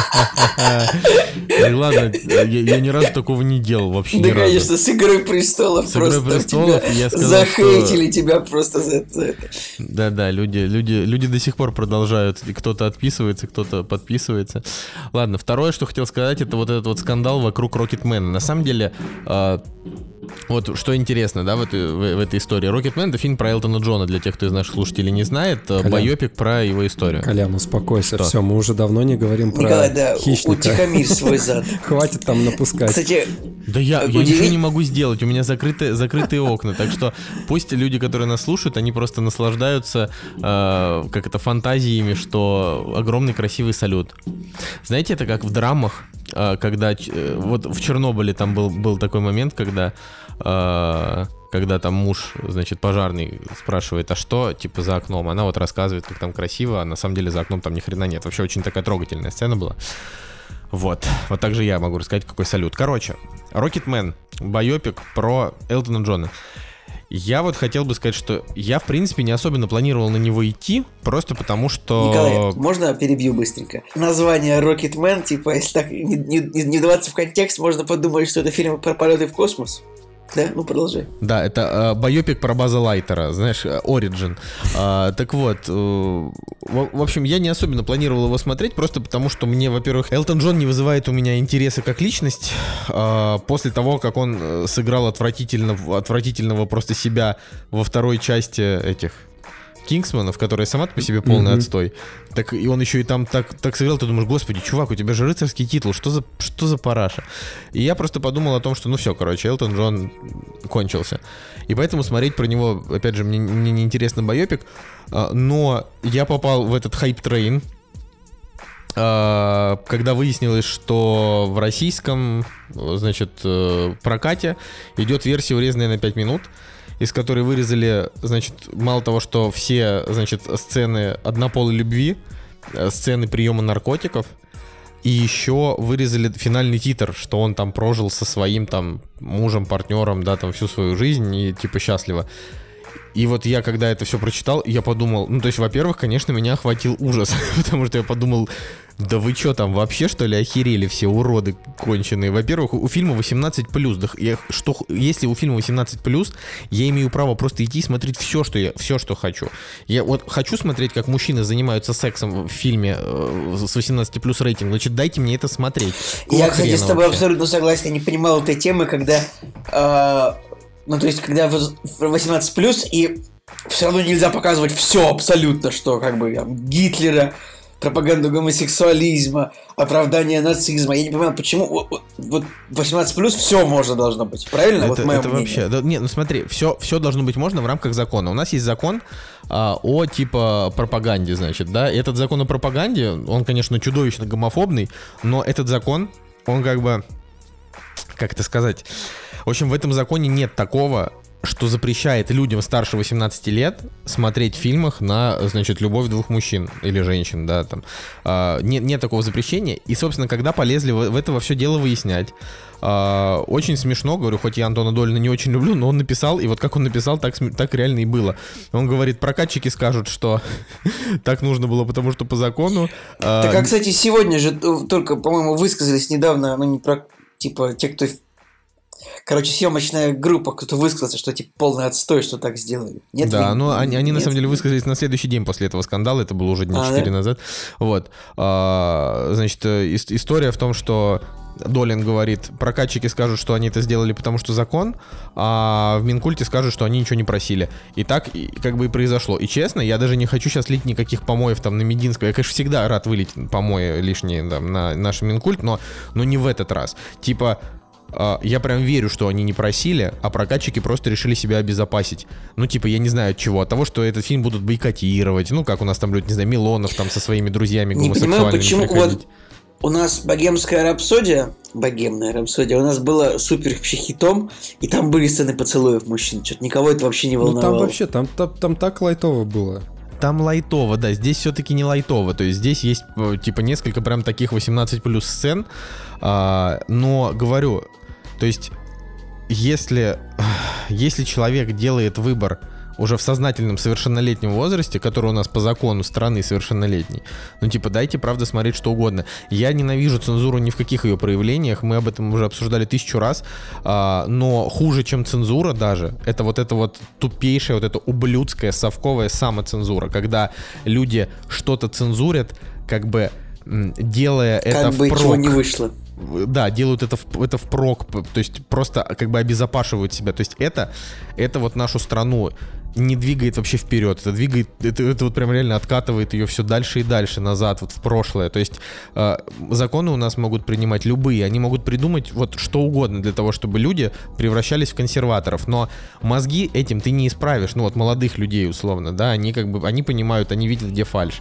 Да ладно, я ни разу такого не делал, вообще ни Да, разу. конечно, с «Игрой престолов» С «Игрой просто престолов» тебя я сказал, захейтили тебя просто за это. Да, люди до сих пор продолжают. И кто-то отписывается, кто-то подписывается. Ладно, второе, что хотел сказать, это вот этот вот скандал вокруг Рокетмена. На самом деле, вот что интересно, да, в этой истории. Рокетмен — это фильм про Элтона Джона, для тех, кто из наших слушателей не знает. Байопик про его историю. Колян, успокойся. Что? Все, мы уже давно не говорим про Николай, да, «Хищника». утихомирь свой зад. Хватит там напускать. Кстати, Да я Удиви- ничего не могу сделать, у меня закрытые окна, так что пусть люди, которые нас слушают, они просто наслаждаются, как это, фантазиями, что огромный красивый салют. Знаете, это как в драмах, когда, вот в Чернобыле там был такой момент, когда там муж, значит, пожарный спрашивает, а что, типа, за окном? Она вот рассказывает, как там красиво, а на самом деле за окном там ни хрена нет. Вообще очень такая трогательная сцена была. Вот так же я могу рассказать, какой салют. Короче, Рокетмен, байопик про Элтона Джона. Я вот хотел бы сказать, что я, в принципе, не особенно планировал на него идти, просто потому что... Николай, можно перебью быстренько? Название «Рокетмен», типа, если так не вдаваться в контекст, можно подумать, что это фильм про полеты в космос. Да? Ну, продолжай. Да, это байопик про База Лайтера, знаешь, Origin. Так вот, в общем, я не особенно планировал его смотреть, просто потому что мне, во-первых, Элтон Джон не вызывает у меня интереса как личность. После того, как он сыграл отвратительного просто себя во второй части Кингсмана, в которой сама по себе полный отстой. Так, и он еще и там так сыграл, ты думаешь, господи, чувак, у тебя же рыцарский титул, что за параша? И я просто подумал о том, что, ну все, короче, Элтон Джон кончился. И поэтому смотреть про него, опять же, мне не интересно байопик, но я попал в этот хайп-трейн, когда выяснилось, что в российском, значит, прокате идет версия, урезанная на 5 минут, из которой вырезали, значит, мало того, что все, значит, сцены однополой любви, сцены приема наркотиков, и еще вырезали финальный титр, что он там прожил со своим там мужем, партнером, да, там всю свою жизнь и типа счастливо. И вот я, когда это все прочитал, я подумал, ну, то есть, во-первых, конечно, меня охватил ужас, потому что я подумал, да вы что там, вообще, что ли, охерели все уроды конченые? Во-первых, у фильма 18+, да, если у фильма 18+, я имею право просто идти и смотреть все, что хочу. Я вот хочу смотреть, как мужчины занимаются сексом в фильме с 18+ рейтингом, значит, дайте мне это смотреть. Я, кстати, с тобой абсолютно согласен, я не понимал этой темы, когда... Ну, то есть, когда 18+, и все равно нельзя показывать все абсолютно, что, как бы, Гитлера, пропаганду гомосексуализма, оправдание нацизма. Я не понимаю, почему вот 18+, все можно должно быть, правильно? Это, вот мое это мнение. вообще... Да, нет, ну смотри, все должно быть можно в рамках закона. У нас есть закон о, типа, пропаганде, значит, да. И этот закон о пропаганде, он, конечно, чудовищно гомофобный, но этот закон, он как бы... Как это сказать... В общем, в этом законе нет такого, что запрещает людям старше 18 лет смотреть в фильмах на, значит, любовь двух мужчин или женщин, да, там. Нет такого запрещения. И, собственно, когда полезли в это во все дело выяснять, очень смешно, говорю, хоть я Антона Долина не очень люблю, но он написал, и вот как он написал, так реально и было. Он говорит, прокатчики скажут, что так нужно было, потому что по закону... Так, кстати, сегодня же только, по-моему, высказались недавно, ну, не про, типа, те, кто... Короче, съемочная группа, кто-то высказался, что типа полный отстой, что так сделали. Нет, да, но они на самом деле высказались на следующий день после этого скандала, это было уже дня 4 назад. Вот. Значит, история в том, что Долин говорит, прокатчики скажут, что они это сделали, потому что закон, а в Минкульте скажут, что они ничего не просили. И так как бы и произошло. И честно, я даже не хочу сейчас лить никаких помоев там на Мединского. Я, конечно, всегда рад вылить помои лишние там, на наш Минкульт, но не в этот раз. Типа... Я прям верю, что они не просили, а прокатчики просто решили себя обезопасить. Ну, типа, я не знаю от чего. От того, что этот фильм будут бойкотировать. Ну, как у нас там люди, не знаю, Милонов там со своими друзьями гомосексуальными. Не понимаю, почему вот у нас богемная рапсодия у нас была супер хитом, и там были сцены поцелуев мужчин. Что-то никого это вообще не волновало. Ну, там вообще, там так лайтово было. Там лайтово, да, здесь все-таки не лайтово. То есть здесь есть, типа, несколько прям таких 18+ сцен. Но, говорю... То есть, если человек делает выбор уже в сознательном совершеннолетнем возрасте, который у нас по закону страны совершеннолетний, ну типа дайте, правда, смотреть что угодно. Я ненавижу цензуру ни в каких ее проявлениях, мы об этом уже обсуждали 1000 раз, но хуже, чем цензура даже, это вот тупейшая, вот эта ублюдская, совковая самоцензура, когда люди что-то цензурят, как бы делая это впрок. Как бы чего не вышло. Да, делают это впрок, то есть просто как бы обезопашивают себя. То есть это вот нашу страну не двигает вообще вперед, это вот прям реально откатывает ее все дальше и дальше назад, вот в прошлое. То есть законы у нас могут принимать любые, они могут придумать вот что угодно для того, чтобы люди превращались в консерваторов, но мозги этим ты не исправишь, ну вот молодых людей условно, да, они как бы, они понимают, они видят, где фальшь.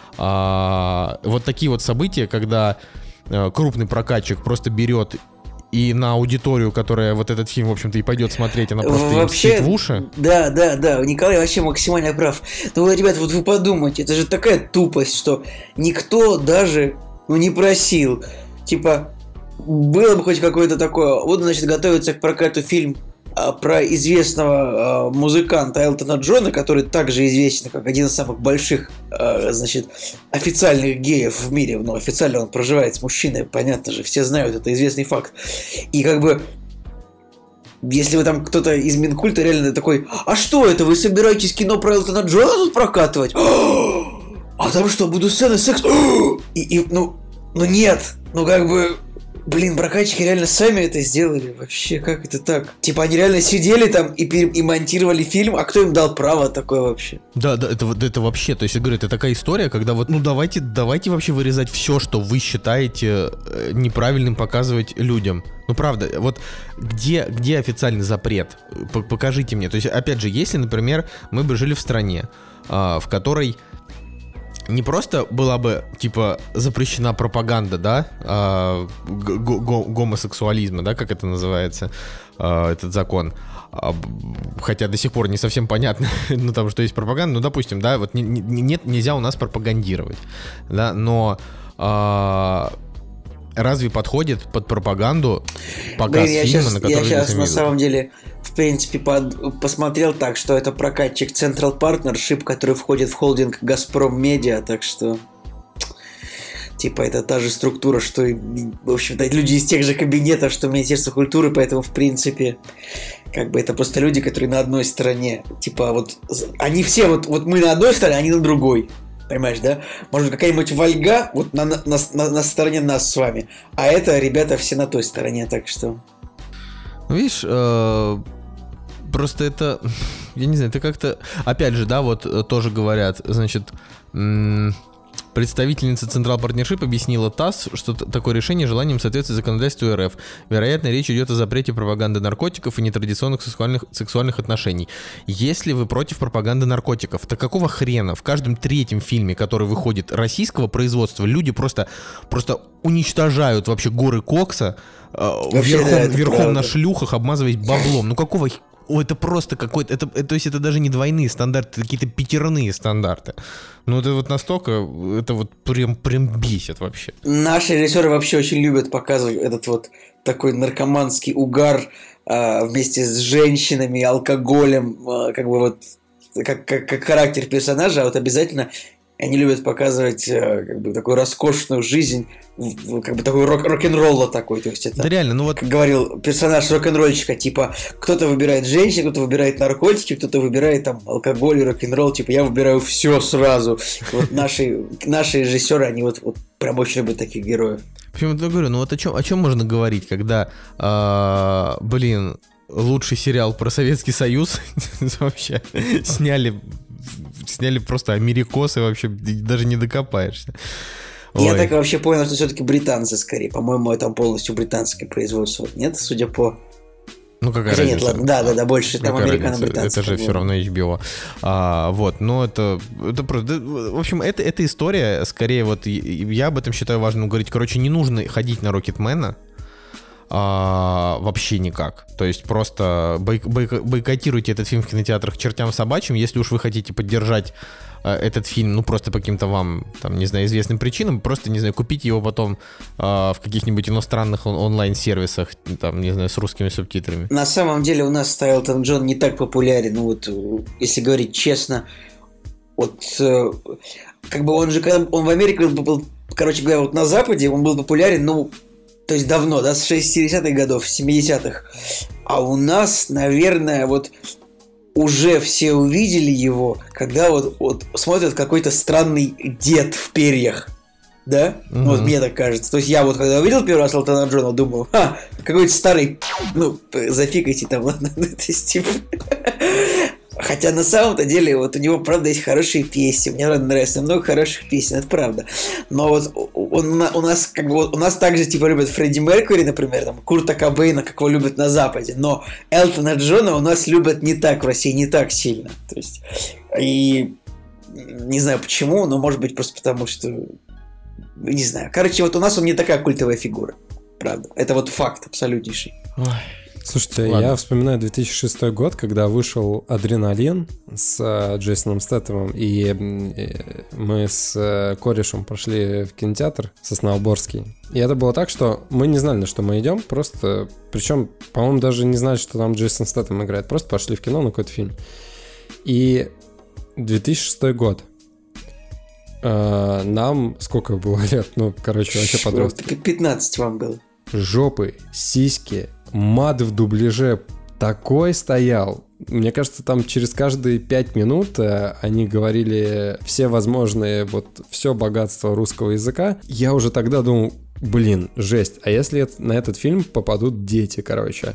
Вот такие вот события, когда крупный прокатчик просто берет и на аудиторию, которая вот этот фильм, в общем-то, и пойдет смотреть, она просто вообще, им сидит в уши. Да, Николай вообще максимально прав. Ну, ребят, вот вы подумайте, это же такая тупость, что никто даже, не просил. Типа, было бы хоть какое-то такое... Вот, значит, готовится к прокату фильм про известного музыканта Элтона Джона, который также известен как один из самых больших, значит, официальных геев в мире. Ну, официально он проживает с мужчиной, понятно же, все знают, это известный факт. И как бы, если вы там кто-то из Минкульта реально такой, а что это, вы собираетесь кино про Элтона Джона тут прокатывать? А там что, будут сцены секса? Ну нет, как бы... Блин, прокатчики реально сами это сделали. Вообще, как это так? Типа они реально сидели там и монтировали фильм, а кто им дал право такое вообще? Да, это вообще, то есть, я говорю, это такая история, когда вот, ну давайте вообще вырезать все, что вы считаете неправильным показывать людям. Ну правда, вот где официальный запрет? Покажите мне. То есть, опять же, если, например, мы бы жили в стране, в которой не просто была бы, типа, запрещена пропаганда, да, гомосексуализма, да, как это называется, этот закон, хотя до сих пор не совсем понятно, ну, там, что есть пропаганда, ну, допустим, да, вот нельзя у нас пропагандировать, да, но разве подходит под пропаганду показ фильма, на который я сейчас люди на самом деле, в принципе, посмотрел так, что это прокатчик Central Partnership, который входит в холдинг Газпром Медиа, так что типа это та же структура, что и, в общем-то, люди из тех же кабинетов, что Министерство культуры, поэтому, в принципе, как бы это просто люди, которые на одной стороне. Типа вот они все, вот мы на одной стороне, они на другой. Понимаешь, да? Может, какая-нибудь Вольга вот на стороне нас с вами, а это ребята все на той стороне, так что... Ну, видишь, просто это, я не знаю, это как-то... Опять же, да, вот тоже говорят, значит, представительница Central Partnership объяснила ТАСС, что такое решение желанием соответствует законодательству РФ. Вероятно, речь идет о запрете пропаганды наркотиков и нетрадиционных сексуальных отношений. Если вы против пропаганды наркотиков, то какого хрена в каждом третьем фильме, который выходит российского производства, люди просто уничтожают вообще горы кокса, верхом на шлюхах, обмазываясь баблом. Ну какого... это просто какой-то... то есть это даже не двойные стандарты, это какие-то пятерные стандарты. Ну это вот настолько... Это вот прям бесит вообще. Наши режиссеры вообще очень любят показывать этот вот такой наркоманский угар вместе с женщинами, алкоголем, как бы вот... Как характер персонажа, а вот обязательно... Они любят показывать как бы такую роскошную жизнь, как бы такой рок-н-ролла такой. То есть это, да реально, ну вот... как говорил персонаж рок-н-ролльщика, типа, кто-то выбирает женщин, кто-то выбирает наркотики, кто-то выбирает там алкоголь и рок-н-ролл, типа, я выбираю все сразу. Вот наши режиссеры, они вот прям очень любят таких героев. Почему я говорю, ну вот о чем можно говорить, когда, лучший сериал про Советский Союз вообще сняли просто америкосы, вообще даже не докопаешься. Я так вообще понял, что все-таки британцы скорее. По-моему, там полностью британское производство. Нет, судя по... Ну, какая разница? Нет, ладно, да, больше там американо-британцы. Это же все равно HBO. Вот, но это просто... В общем, эта история, скорее, вот я об этом считаю важным говорить. Короче, не нужно ходить на Рокетмена. Вообще никак. То есть просто бойкотируйте этот фильм в кинотеатрах к чертям собачьим. Если уж вы хотите поддержать этот фильм, ну просто по каким-то вам, там, не знаю, известным причинам, просто, не знаю, купите его потом в каких-нибудь иностранных онлайн-сервисах, там, не знаю, с русскими субтитрами. На самом деле у нас Элтон Джон не так популярен, ну вот, если говорить честно, вот, как бы он же, когда он в Америке был, короче говоря, вот на Западе он был популярен, ну, то есть давно, да, с 60-х годов, 70-х. А у нас, наверное, вот уже все увидели его, когда вот смотрят какой-то странный дед в перьях. Да? Mm-hmm. Вот мне так кажется. То есть я вот когда увидел первый раз Элтона Джона, думаю, какой-то старый, ну, зафикайте там, ладно, то есть, типа... Хотя на самом-то деле вот у него, правда, есть хорошие песни. Мне нравится много хороших песен, это правда. Но вот у нас как бы у нас также типа любят Фредди Меркьюри, например, там, Курта Кобейна, как его любят на Западе. Но Элтона Джона у нас любят не так в России, не так сильно. То есть, и не знаю почему, но может быть просто потому, что не знаю. Короче, вот у нас он не такая культовая фигура. Правда. Это вот факт абсолютнейший. Ой. Слушайте, ладно. Я вспоминаю 2006 год, когда вышел «Адреналин» с Джейсоном Стэтхэмом, и мы с корешем пошли в кинотеатр Сосновоборский. И это было так, что мы не знали, на что мы идем, просто... Причем, по-моему, даже не знали, что там Джейсон Стэтхэм играет. Просто пошли в кино на какой-то фильм. И 2006 год. Нам сколько было лет? Ну, короче, вообще подростки. 15 вам было. Жопы, сиськи, мат в дубляже такой стоял. Мне кажется, там через каждые 5 минут они говорили все возможные, вот все богатство русского языка. Я уже тогда думал, блин, жесть. А если на этот фильм попадут дети, короче?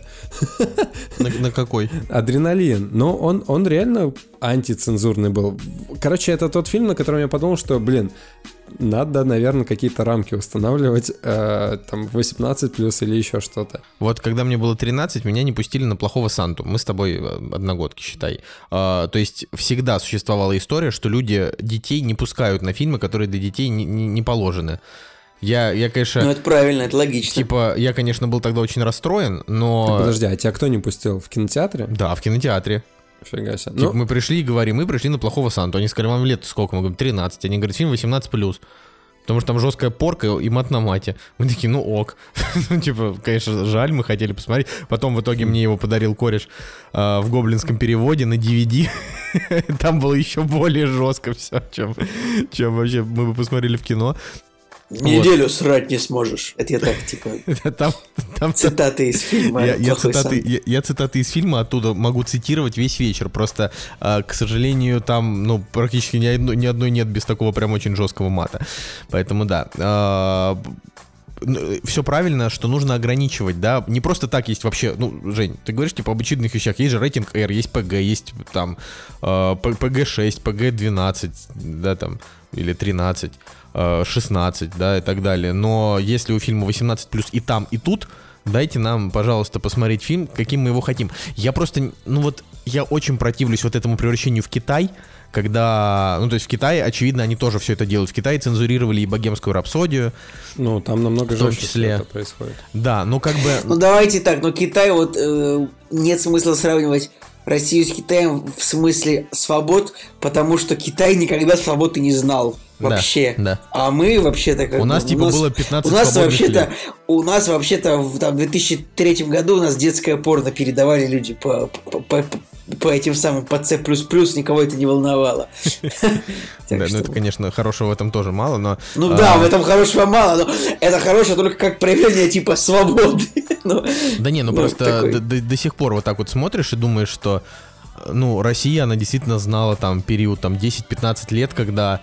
На какой? «Адреналин». Но он реально антицензурный был. Короче, это тот фильм, на котором я подумал, что, блин, надо, наверное, какие-то рамки устанавливать, там, 18+ или еще что-то. Вот когда мне было 13, меня не пустили на «Плохого Санту». Мы с тобой одногодки, считай. То есть всегда существовала история, что детей не пускают на фильмы, которые для детей не положены. Я, конечно... Ну, это правильно, это логично. Типа, я, конечно, был тогда очень расстроен, но... Так, подожди, а тебя кто не пустил? В кинотеатре? Да, в кинотеатре. Фига себе. Типа, мы пришли и говорим, мы пришли на «Плохого Санту». Они сказали, вам лет сколько? Мы говорим, 13. Они говорят, фильм 18+. Потому что там жесткая порка и мат на мате. Мы такие, ну ок. Ну, типа, конечно, жаль, мы хотели посмотреть. Потом в итоге мне его подарил кореш в гоблинском переводе на DVD. Там было еще более жестко все, чем вообще мы бы посмотрели в кино. Неделю срать не сможешь. Это я так, типа, цитаты из фильма. Я цитаты из фильма оттуда могу цитировать весь вечер. Просто, к сожалению, там, ну, практически ни одной нет без такого прям очень жесткого мата. Поэтому да. Все правильно, что нужно ограничивать, да, не просто так есть вообще, ну, Жень, ты говоришь, типа, об очевидных вещах, есть же рейтинг R, есть PG, есть там PG-6, PG-12, да, там, или 13, 16, да, и так далее, но если у фильма 18+, и там, и тут, дайте нам, пожалуйста, посмотреть фильм, каким мы его хотим. Я просто, ну вот, я очень противлюсь вот этому превращению в Китай, когда, ну, то есть в Китае, очевидно, они тоже все это делают. В Китае цензурировали и «Богемскую рапсодию». Ну, там намного в том жестче числе это происходит. Да, ну как бы... Ну, давайте так, но Китай, вот, нет смысла сравнивать Россию с Китаем в смысле свобод, потому что Китай никогда свободы не знал. Вообще. Да. А мы вообще-то как... У нас типа было 15 свободных лет. У нас вообще-то в 2003 году у нас детское порно передавали люди по этим самым, по C++, никого это не волновало. Да, ну это, конечно, хорошего в этом тоже мало, но... Ну да, в этом хорошего мало, но это хорошее только как проявление типа свободы. Да не, ну просто до сих пор вот так вот смотришь и думаешь, что, ну, Россия, она действительно знала там период там 10-15 лет, когда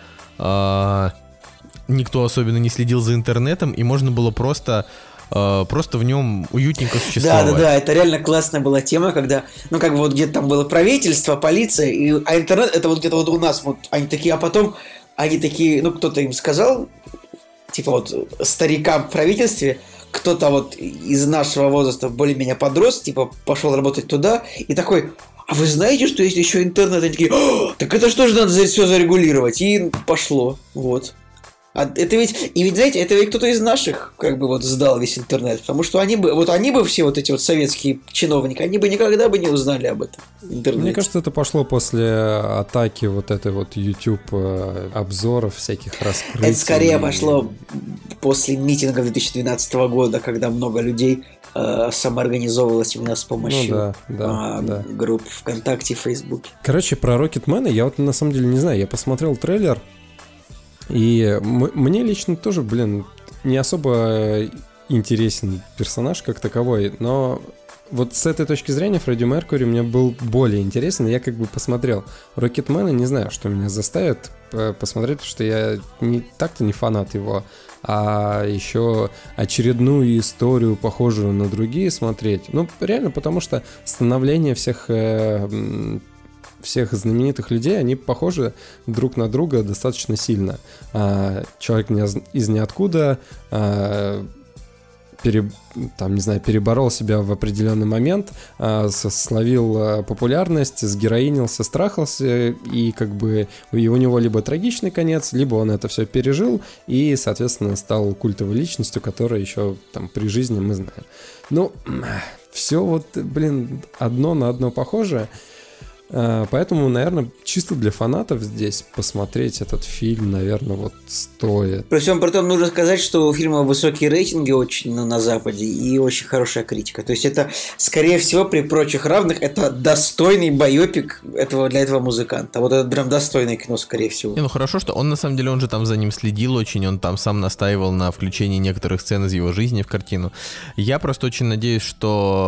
никто особенно не следил за интернетом, и можно было просто в нем уютненько существовать. Да, это реально классная была тема, когда, ну, как бы вот где-то там было правительство, полиция, а интернет, это вот где-то вот у нас, вот они такие, а потом они такие, ну, кто-то им сказал, типа вот старикам в правительстве, кто-то вот из нашего возраста более-менее подрос, типа пошел работать туда, и такой... А вы знаете, что есть еще интернет? Они такие, так это что же надо все зарегулировать? И пошло, вот. Это ведь, знаете, это ведь кто-то из наших, как бы, вот, сдал весь интернет, потому что они бы все вот эти вот советские чиновники, они бы никогда бы не узнали об этом интернете. Мне кажется, это пошло после атаки вот этой вот YouTube обзоров, всяких раскрытий. Это скорее пошло после митинга 2012 года, когда много людей самоорганизовывалось именно с помощью групп ВКонтакте и Фейсбуке. Короче, про Рокетмена я вот на самом деле не знаю, я посмотрел трейлер, и мне лично тоже, блин, не особо интересен персонаж как таковой, но вот с этой точки зрения Фредди Меркьюри мне был более интересен, я как бы посмотрел Рокетмена, не знаю, что меня заставит посмотреть, потому что я так-то не фанат его, а еще очередную историю, похожую на другие, смотреть. Ну, реально, потому что становление всех знаменитых людей, они похожи друг на друга достаточно сильно. Человек из ниоткуда переборол себя в определенный момент, словил популярность, сгероинился, страхался, и как бы у него либо трагичный конец, либо он это все пережил и, соответственно, стал культовой личностью, которая еще там при жизни мы знаем. Ну, все вот, блин, одно на одно похоже. Поэтому, наверное, чисто для фанатов здесь посмотреть этот фильм, наверное, вот стоит. При всем при том нужно сказать, что у фильма высокие рейтинги очень на Западе и очень хорошая критика. То есть это, скорее всего, при прочих равных, это достойный байопик для этого музыканта. Вот это прям достойное кино, скорее всего. Ну хорошо, что он, на самом деле, он же там за ним следил очень, он там сам настаивал на включении некоторых сцен из его жизни в картину. Я просто очень надеюсь, что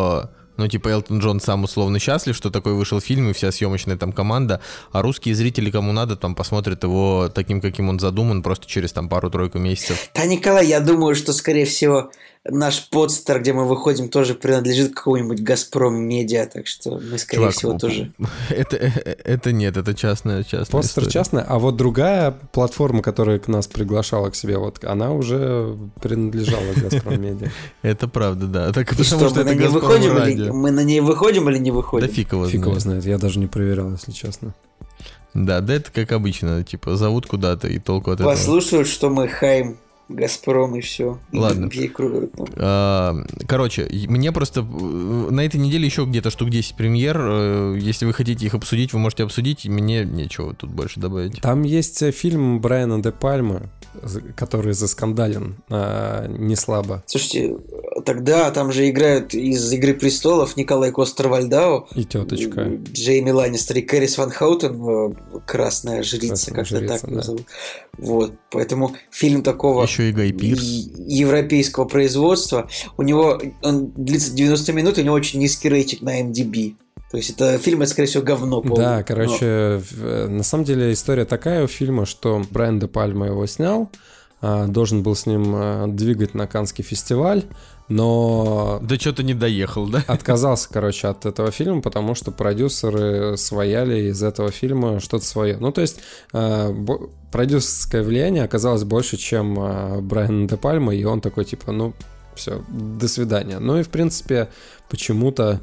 Ну, типа, Элтон Джон сам условно счастлив, что такой вышел фильм, и вся съемочная там команда, а русские зрители, кому надо, там посмотрят его таким, каким он задуман, просто через там пару-тройку месяцев. Да, Николай, я думаю, что, скорее всего, наш подстер, где мы выходим, тоже принадлежит какому-нибудь «Газпром Медиа», так что мы, скорее всего, тоже... Это нет, это частная Подстер частная, а вот другая платформа, которая к нас приглашала к себе, вот она уже принадлежала «Газпром Медиа». Это правда, да. Так, И что, мы на ней выходим или не выходим? Да фиг его Фиг его знает, я даже не проверял, если честно. Да, это как обычно, типа, зовут куда-то и толку от этого. Послушают, что мы хаим «Газпром» и все. Ладно. Короче, мне просто на этой неделе еще где-то штук 10 премьер. Если вы хотите их обсудить, вы можете обсудить. Мне нечего тут больше добавить. Там есть фильм Брайана де Пальмы, который заскандален не слабо. Слушайте, тогда там же играют из «Игры престолов» Николай Костер-Вальдау и теточка Джейми Ланнистер и Кэрис Ван Хоутен, красная жрица, как-то так назовут. Вот, поэтому фильм такого еще и Гай Пирс европейского производства, он длится 90 минут, у него очень низкий рейтинг на MDB. То есть это фильм, это, скорее всего, говно полное. Да, короче, на самом деле история такая у фильма, что Брайан де Пальма его снял, должен был с ним двигать на Каннский фестиваль, но... Да что-то не доехал, да? Отказался, короче, от этого фильма, потому что продюсеры свояли из этого фильма что-то свое. Ну, то есть продюсерское влияние оказалось больше, чем Брайан де Пальма, и он такой, типа, ну, все, до свидания. Ну и, в принципе, почему-то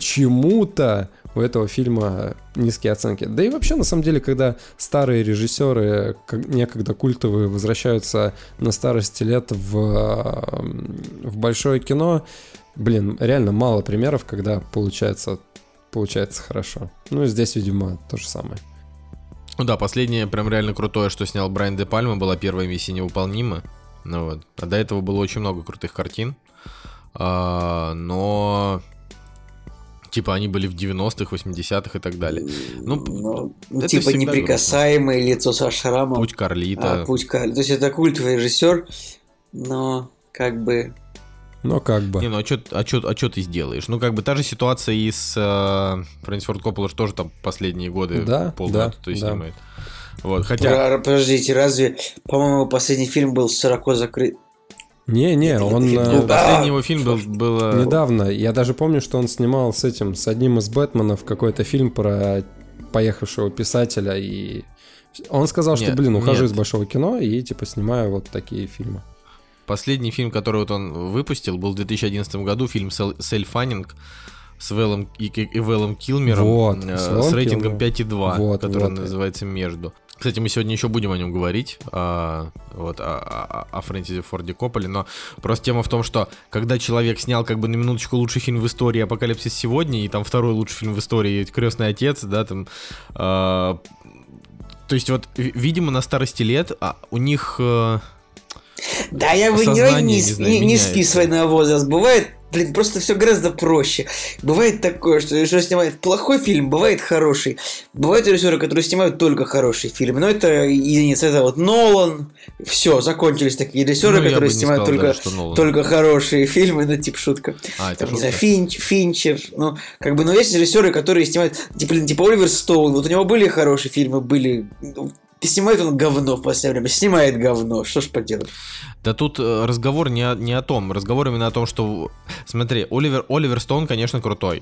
у этого фильма низкие оценки. Да и вообще, на самом деле, когда старые режиссеры, некогда культовые, возвращаются на старости лет в большое кино, реально мало примеров, когда получается хорошо. Ну и здесь, видимо, то же самое. Ну да, последнее прям реально крутое, что снял Брайан де Пальма, была первая «Миссия невыполнима». Ну вот. А до этого было очень много крутых картин. Но... Типа они были в 90-х, 80-х и так далее. Ну типа «Неприкасаемое», «Лицо со шрамом». «Путь Карлита». «Путь Карлита». То есть это культовый режиссер, но как бы... Не, ну а что ты сделаешь? Ну, как бы та же ситуация и с Фрэнсис Форд Коппола, тоже там последние годы полгода снимает. Вот, хотя... Подождите, разве, по-моему, последний фильм был «Широко закрыт»? Последний его фильм был недавно. Я даже помню, что он снимал с одним из Бэтменов какой-то фильм про поехавшего писателя, и он сказал, что, ухожу из большого кино и, типа, снимаю вот такие фильмы. Последний фильм, который вот он выпустил, был в 2011 году, фильм «Сель-Фаннинг» с Вэлом Килмером, с рейтингом 5,2, который называется «Между». Кстати, мы сегодня еще будем о нем говорить, о Фрэнсисе Форде Копполе, но просто тема в том, что когда человек снял как бы на минуточку лучший фильм в истории «Апокалипсис сегодня», и там второй лучший фильм в истории «Крестный отец», да, там... то есть вот, видимо, на старости лет у них... Да, я бы не списывай на возраст. Бывает, просто все гораздо проще. Бывает такое, что режиссер снимает плохой фильм, бывает хороший. Бывают режиссеры, которые снимают только хороший фильм. Но это единица, это вот Нолан. Все, закончились такие режиссеры, которые снимают только хорошие фильмы, типа шутка. Там, не знаю, Финчер. Ну, как бы, но есть режиссеры, которые снимают, типа Оливер Стоун. Вот у него были хорошие фильмы, снимает он говно в последнее время. Снимает говно. Что ж поделать? Да тут разговор не о том. Разговор именно о том, что... Смотри, Оливер Стоун, конечно, крутой.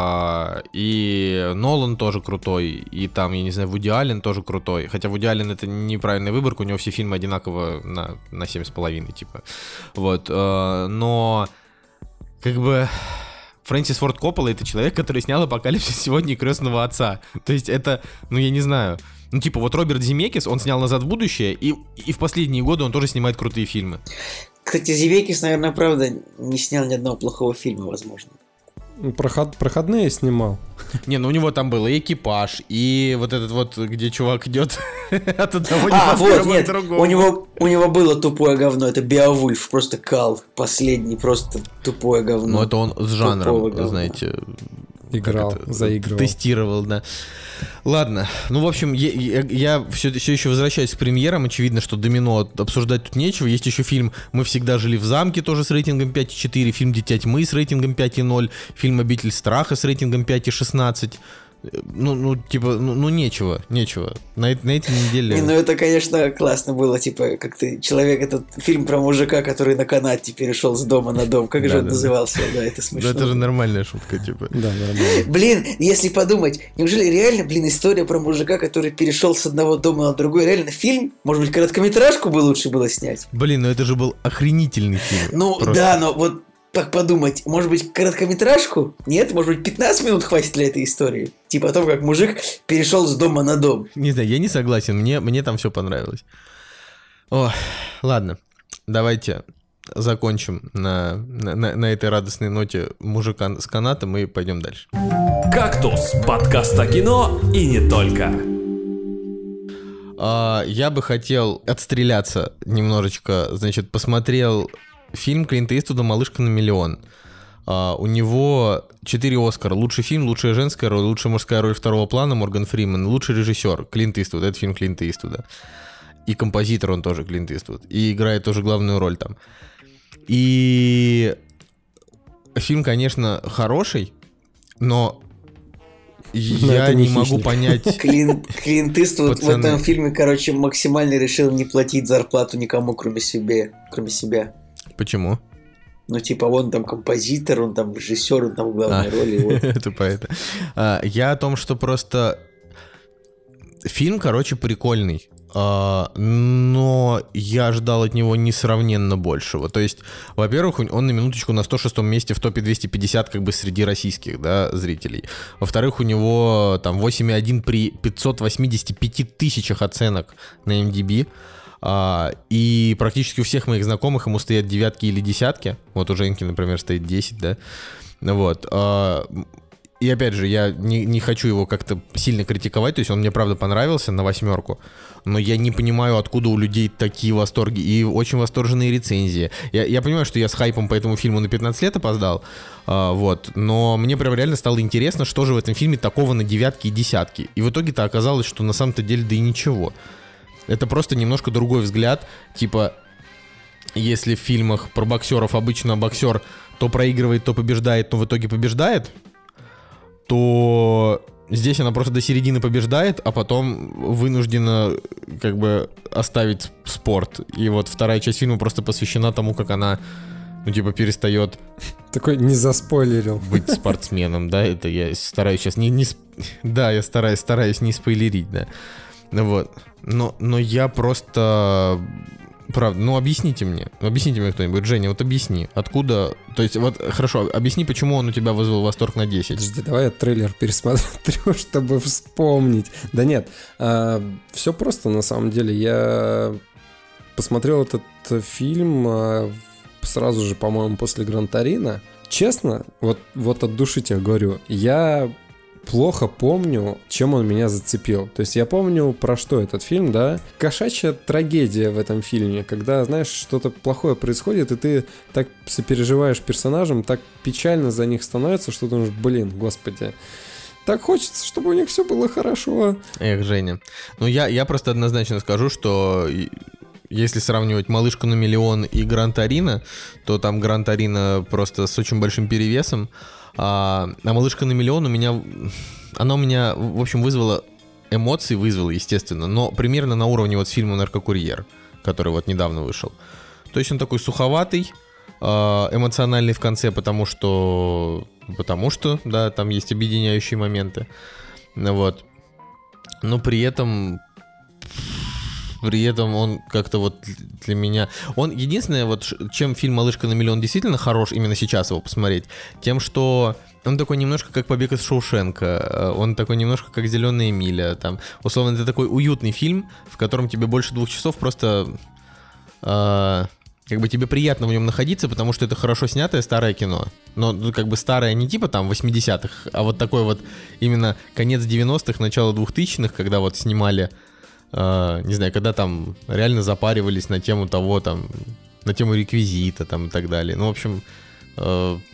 И Нолан тоже крутой. И там, я не знаю, Вуди Аллен тоже крутой. Хотя Вуди Аллен — это неправильная выборка. У него все фильмы одинаково на 7,5, типа. Вот. Но... Как бы... Фрэнсис Форд Коппола — это человек, который снял «Апокалипсис сегодня» и «Крестного отца». То есть это... Ну, я не знаю... Ну, типа, вот Роберт Земекис, он снял «Назад в будущее», и в последние годы он тоже снимает крутые фильмы. Кстати, Земекис, наверное, правда, не снял ни одного плохого фильма, возможно. Проходные снимал. Не, ну у него там был и «Экипаж», и вот этот вот, где чувак идет от одного небоскреба к другому. У него было тупое говно, это «Беовульф», просто кал, последний, просто тупое говно. Ну, это он с жанром, знаете... Играл, заигрывал. Тестировал, да. Ладно, ну, в общем, я все еще возвращаюсь к премьерам. Очевидно, что «Домино» обсуждать тут нечего. Есть еще фильм «Мы всегда жили в замке», тоже с рейтингом 5,4, фильм «Дитя тьмы» с рейтингом 5,0, фильм «Обитель страха» с рейтингом 5,16. Нечего. На этой неделе... Ну, это, конечно, классно было, типа, как ты, человек, этот фильм про мужика, который на канате перешел с дома на дом, как же он назывался, да, это смешно. Это же нормальная шутка, типа. Да, нормально. Блин, если подумать, неужели реально, история про мужика, который перешел с одного дома на другой, реально фильм? Может быть, короткометражку бы лучше было снять? Блин, ну это же был охренительный фильм. Ну, просто. Да, но вот так подумать, может быть, короткометражку? Нет, может быть, 15 минут хватит для этой истории? Типа о том, как мужик перешел с дома на дом. Не знаю, я не согласен, мне там все понравилось. О, ладно, давайте закончим на этой радостной ноте мужика с канатом и пойдем дальше. «Кактус» — подкаст о кино и не только. Я бы хотел отстреляться немножечко, значит, посмотрел... Фильм Клинта Иствуда «Малышка на миллион». У него 4 Оскара. Лучший фильм, лучшая женская роль, лучшая мужская роль второго плана Морган Фриман, лучший режиссер Клинт Иствуд. Это фильм Клинта Иствуда. И композитор он тоже Клинт Иствуд. И играет тоже главную роль там. И фильм, конечно, хороший, но я не могу понять... Клинт Иствуд в этом фильме, короче, максимально решил не платить зарплату никому, кроме себя. Почему? Ну, типа, он там композитор, он там режиссер, он там в главной роли. Вот. Это поэтому. Я о том, что просто фильм, короче, прикольный, но я ждал от него несравненно большего. То есть, во-первых, он на минуточку на 106-м месте в топе 250 как бы среди российских, да, зрителей. Во-вторых, у него там 8,1 при 585 тысячах оценок на MDB. И практически у всех моих знакомых ему стоят девятки или десятки. Вот у Женьки, например, стоит 10, да. Вот. И опять же, я не хочу его как-то сильно критиковать. То есть он мне, правда, понравился на 8. Но я не понимаю, откуда у людей такие восторги и очень восторженные рецензии. Я понимаю, что я с хайпом по этому фильму на 15 лет опоздал. Вот. Но мне прям реально стало интересно, что же в этом фильме такого на девятки и десятки. И в итоге-то оказалось, что на самом-то деле да и ничего. Это просто немножко другой взгляд. Типа, если в фильмах про боксеров обычно боксер то проигрывает, то побеждает, но в итоге побеждает, то здесь она просто до середины побеждает, а потом вынуждена как бы оставить спорт. И вот вторая часть фильма просто посвящена тому, как она, ну, типа, перестает... Такой не заспойлерил. Быть спортсменом, да, это я стараюсь сейчас Да, я стараюсь не спойлерить, да. Вот. Но я просто... Правда, объясните мне кто-нибудь. Женя, вот объясни, откуда... То есть, вот, хорошо, объясни, почему он у тебя вызвал восторг на 10. Подожди, давай я трейлер пересмотрю, чтобы вспомнить. Да нет, все просто, на самом деле. Я посмотрел этот фильм сразу же, по-моему, после Гран-Торино. Честно, вот от души тебе говорю, я... плохо помню, чем он меня зацепил. То есть я помню, про что этот фильм, да? Кошачья трагедия в этом фильме, когда, знаешь, что-то плохое происходит, и ты так сопереживаешь персонажам, так печально за них становится, что думаешь, блин, господи, так хочется, чтобы у них все было хорошо. Эх, Женя. Ну, я просто однозначно скажу, что... Если сравнивать «Малышку на миллион» и «Гран-Торино», то там «Гран-Торино» просто с очень большим перевесом. А «Малышка на миллион» она у меня, в общем, вызвала, естественно, но примерно на уровне вот фильма «Наркокурьер», который вот недавно вышел. То есть он такой суховатый, эмоциональный в конце, потому что, да, там есть объединяющие моменты. Вот. Но при этом он как-то вот для меня... Он единственное, вот чем фильм «Малышка на миллион» действительно хорош, именно сейчас его посмотреть, тем, что он такой немножко как «Побег из Шоушенка», он такой немножко как «Зеленая миля». Там, условно, это такой уютный фильм, в котором тебе больше 2 часов просто... как бы тебе приятно в нем находиться, потому что это хорошо снятое старое кино. Но как бы старое не типа там 80-х, а вот такой вот именно конец 90-х, начало 2000-х, когда вот снимали... не знаю, когда там реально запаривались на тему того, там, на тему реквизита, там, и так далее. Ну, в общем,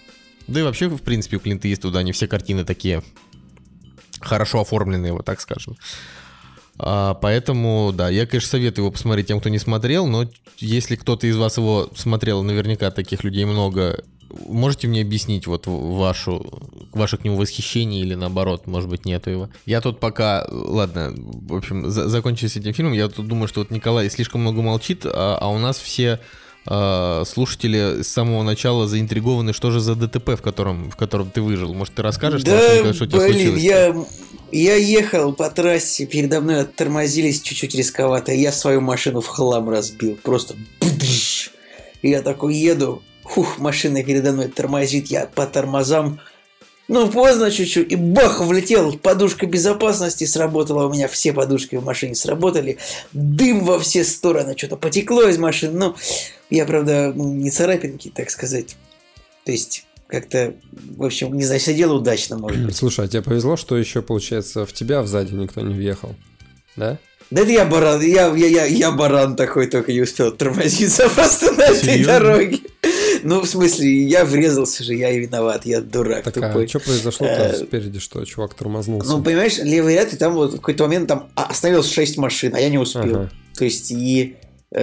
Да и вообще, в принципе, у Клинта Иствуда они все картины такие хорошо оформленные, вот так скажем. Поэтому, да, я, конечно, советую его посмотреть тем, кто не смотрел, но если кто-то из вас его смотрел, наверняка таких людей много, можете мне объяснить вот ваше к нему восхищение или наоборот, может быть, нету его? Я тут пока, ладно, в общем, закончу с этим фильмом, я тут думаю, что вот Николай слишком много молчит, а у нас все слушатели с самого начала заинтригованы, что же за ДТП, в котором ты выжил. Может, ты расскажешь, да, что у тебя случилось? Я ехал по трассе, передо мной оттормозились чуть-чуть рисковато, и я свою машину в хлам разбил. Просто бдыщ. И я такой еду, машина передо мной тормозит, я по тормозам, поздно чуть-чуть, и бах, влетел, подушка безопасности сработала, у меня все подушки в машине сработали, дым во все стороны, что-то потекло из машины, я, правда, не царапинки, так сказать, то есть... Как-то, в общем, не знаю, сидела удачно, может быть. Слушай, а тебе повезло, что еще, получается, в тебя сзади никто не въехал, да? Да это я баран, я баран такой, только не успел тормозиться просто на этой дороге. В смысле, я врезался же, я и виноват, я дурак так, тупой. А что произошло-то спереди, что чувак тормознулся? Понимаешь, левый ряд, и там вот в какой-то момент там остановилось 6 машин, а я не успел. Ага. То есть, и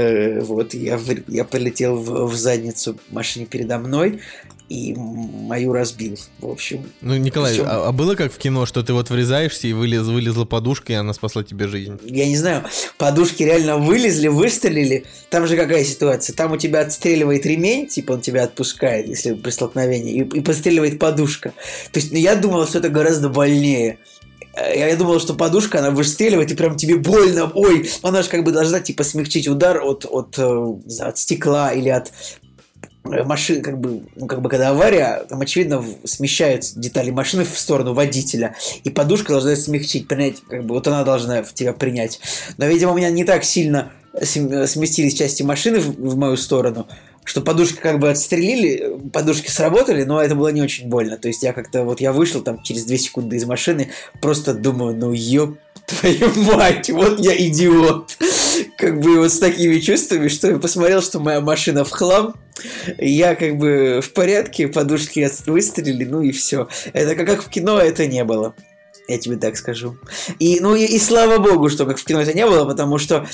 я полетел в задницу машине передо мной, и мою разбил, в общем. Николай, причем... а было как в кино, что ты вот врезаешься и вылезла подушка, и она спасла тебе жизнь? Я не знаю, подушки реально вылезли, выстрелили. Там же какая ситуация? Там у тебя отстреливает ремень, типа он тебя отпускает, если при столкновении, и подстреливает подушка. То есть, я думал, что это гораздо больнее. Я думал, что подушка, она выстреливает, и прям тебе больно. Ой, она же как бы должна типа смягчить удар от стекла или от машины, как бы когда авария, там очевидно смещают детали машины в сторону водителя, и подушка должна смягчить, принять, как бы вот она должна в тебя принять. Но, видимо, у меня не так сильно сместились части машины в мою сторону, что подушки как бы отстрелили, подушки сработали, но это было не очень больно. То есть я как-то, я вышел там через 2 секунды из машины, просто думаю, ёб твою мать, вот я идиот. Как бы вот с такими чувствами, что я посмотрел, что моя машина в хлам, я как бы в порядке, подушки выстрелили, и все. Это как в кино это не было. Я тебе так скажу. И слава богу, что как в кино это не было, потому что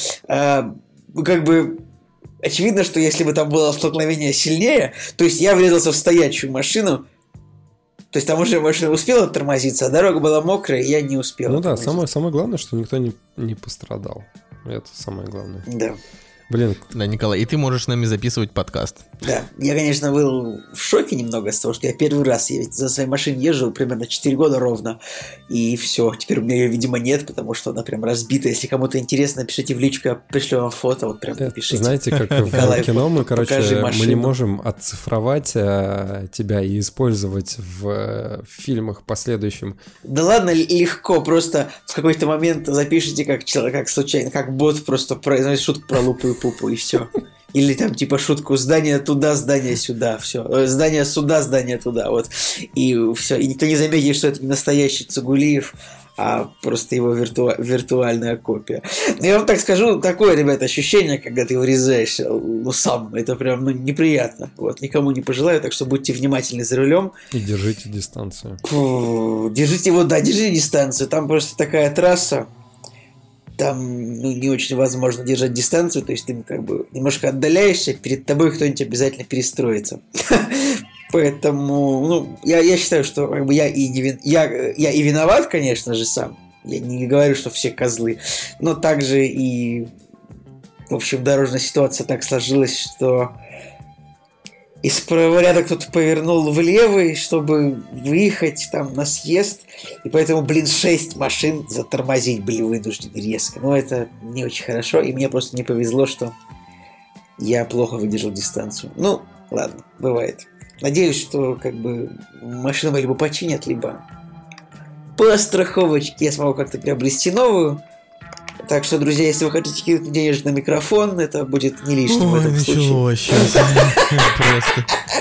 как бы очевидно, что если бы там было столкновение сильнее, то есть я врезался в стоячую машину, то есть там уже машина успела тормозиться, а дорога была мокрая, и я не успел. Да, самое главное, что никто не пострадал. Это самое главное. Да. Блин. Да, Николай, и ты можешь с нами записывать подкаст. Да, я, конечно, был в шоке немного с того, что я первый раз, я ведь за своей машиной езжу примерно 4 года ровно, и все, теперь у меня ее, видимо, нет, потому что она прям разбита. Если кому-то интересно, пишите в личку, я пришлю вам фото, вот прям напишите. Знаете, как в кино мы не можем оцифровать тебя и использовать в фильмах последующем. Да ладно, легко, просто в какой-то момент запишите, как человек, как случайно, как бот просто произносит шутку про лупу и пупу, и все. Или там типа шутку здание туда, здание сюда, все. Здание сюда, здание туда, вот. И все. И никто не заметит, что это не настоящий Цугулиев, а просто его виртуальная копия. Я вам так скажу, такое, ребята, ощущение, когда ты врезаешься, сам, это прям, неприятно. Вот, никому не пожелаю, так что будьте внимательны за рулем. И держите дистанцию. Держите дистанцию. Там просто такая трасса, там не очень возможно держать дистанцию, то есть ты как бы немножко отдаляешься, перед тобой кто-нибудь обязательно перестроится. Поэтому, я считаю, что как бы я и виноват, конечно же, сам. Я не говорю, что все козлы, но также и, в общем, дорожная ситуация так сложилась, что из правого ряда кто-то повернул в левый, чтобы выехать там на съезд, и поэтому, 6 машин затормозить были вынуждены резко. Это не очень хорошо, и мне просто не повезло, что я плохо выдержал дистанцию. Ладно, бывает. Надеюсь, что как бы машину либо починят, либо по страховочке я смогу как-то приобрести новую. Так что, друзья, если вы хотите кинуть денежек на микрофон, это будет не лишним в этом случае. Началось сейчас.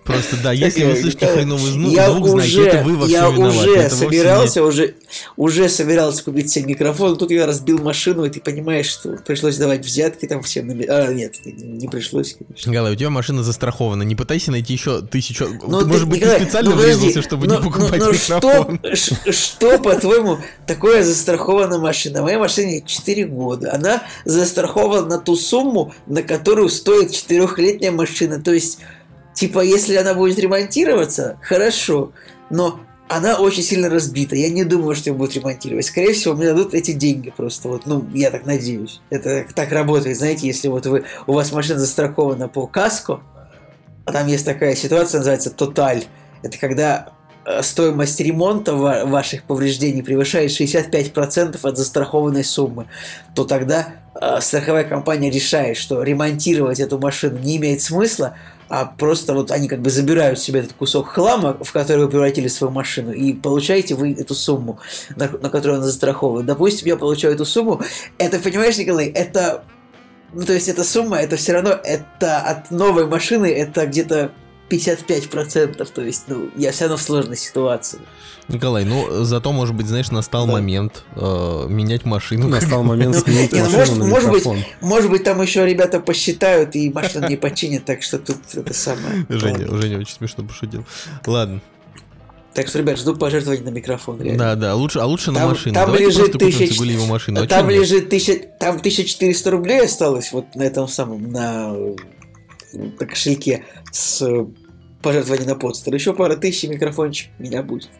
Просто да, если вы слышите хреновый звук, знаете, это вы во всем виноваты. Уже собирался купить себе микрофон, тут я разбил машину, и ты понимаешь, что пришлось давать взятки там всем. Нет, не пришлось, конечно. Николай, у тебя машина застрахована, не пытайся найти еще 1000... Может быть, ты специально врезался, чтобы не покупать микрофон. Что, по-твоему, такое застрахованная машина? Моей машине 4 года. Она застрахована на ту сумму, на которую стоит 4-летняя машина. То есть, типа, если она будет ремонтироваться, хорошо, но она очень сильно разбита. Я не думаю, что ее будут ремонтировать. Скорее всего, мне дадут эти деньги просто. Вот, я так надеюсь. Это так работает. Знаете, если вот у вас машина застрахована по каско, а там есть такая ситуация, называется тоталь. Это когда стоимость ремонта ваших повреждений превышает 65% от застрахованной суммы, то тогда страховая компания решает, что ремонтировать эту машину не имеет смысла, а просто вот они как бы забирают себе этот кусок хлама, в который вы превратили свою машину, и получаете вы эту сумму, на которую она застрахована. Допустим, я получаю эту сумму. Это, понимаешь, Николай, это... то есть эта сумма, это все равно, это от новой машины, это где-то 55%, то есть, я все равно в сложной ситуации. Николай, зато, может быть, знаешь, настал момент менять машину. Настал момент сменить машину на микрофон. Может быть, там еще ребята посчитают и машину не починят, так что тут это самое. Женя очень смешно пошутил. Ладно. Так что, ребят, жду пожертвований на микрофон. Реально. Да, лучше на машину. Там Давайте лежит просто купим Цигулиеву машину. Там лежит 1400 рублей осталось вот на этом самом, на кошельке с пожертвованием на подстер. Еще пара тысяч, микрофончик у меня будет.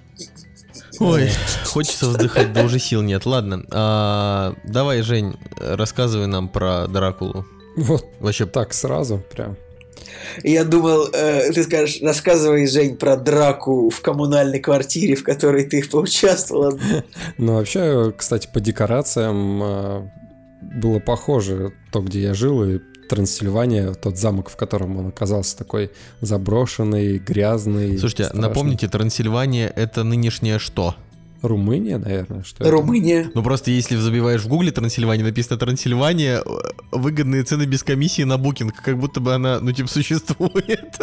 Ой, хочется вздыхать, да уже сил нет. Ладно, давай, Жень, рассказывай нам про Дракулу. Вот вообще так сразу прям. Я думал, ты скажешь, рассказывай, Жень, про драку в коммунальной квартире, в которой ты поучаствовал. Вообще, кстати, по декорациям было похоже то, где я жил, и Трансильвания, тот замок, в котором он оказался такой заброшенный, грязный. Слушайте, страшный. Напомните, Трансильвания — это нынешнее что? Румыния, наверное, что Румыния. Это? Просто если забиваешь в гугле Трансильвания, написано Трансильвания, выгодные цены без комиссии на букинг, как будто бы она, существует.